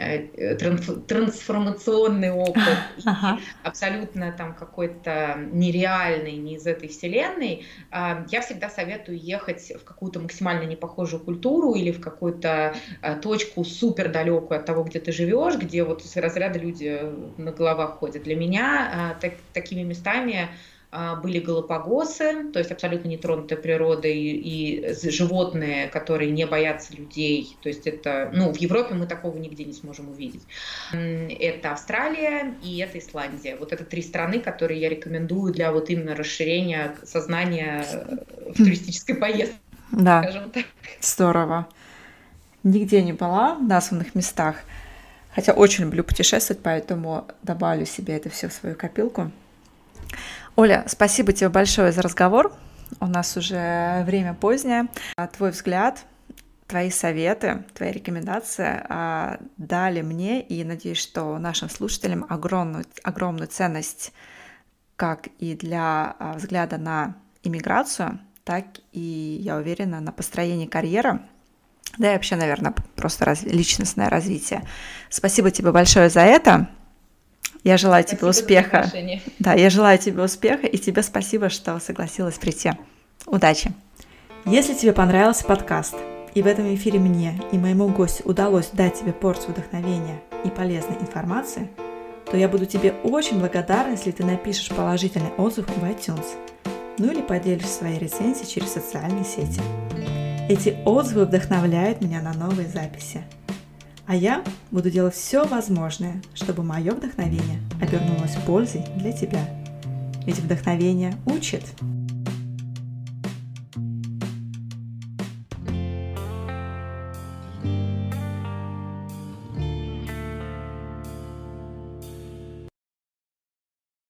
Speaker 2: трансформационный опыт, абсолютно там какой-то нереальный, не из этой вселенной, я всегда советую ехать в какую-то максимально непохожую культуру или в какую-то точку супер далекую от того, где ты живешь, где вот из разряда люди на головах ходят. Для меня такими местами были Галапагосы, то есть абсолютно нетронутая природа и животные, которые не боятся людей. То есть это, ну, в Европе мы такого нигде не сможем увидеть. Это Австралия и это Исландия. Вот это 3 страны, которые я рекомендую для вот именно расширения сознания в туристической поездке.
Speaker 1: Да,
Speaker 2: скажем так.
Speaker 1: Здорово. Нигде не была в названных местах. Хотя очень люблю путешествовать, поэтому добавлю себе это все в свою копилку. Оля, спасибо тебе большое за разговор. У нас уже время позднее. Твой взгляд, твои советы, твои рекомендации дали мне и, надеюсь, что нашим слушателям огромную ценность как и для взгляда на иммиграцию, так и, я уверена, на построение карьеры. Да и вообще, наверное, просто личностное развитие. Спасибо тебе большое за это. Я желаю тебе успеха. Да, я желаю тебе успеха, и тебе спасибо, что согласилась прийти. Удачи! Если тебе понравился подкаст, и в этом эфире мне и моему гостю удалось дать тебе порцию вдохновения и полезной информации, то я буду тебе очень благодарна, если ты напишешь положительный отзыв в iTunes, ну или поделишься своей рецензией через социальные сети. Эти отзывы вдохновляют меня на новые записи. А я буду делать все возможное, чтобы мое вдохновение обернулось пользой для тебя. Ведь вдохновение учит.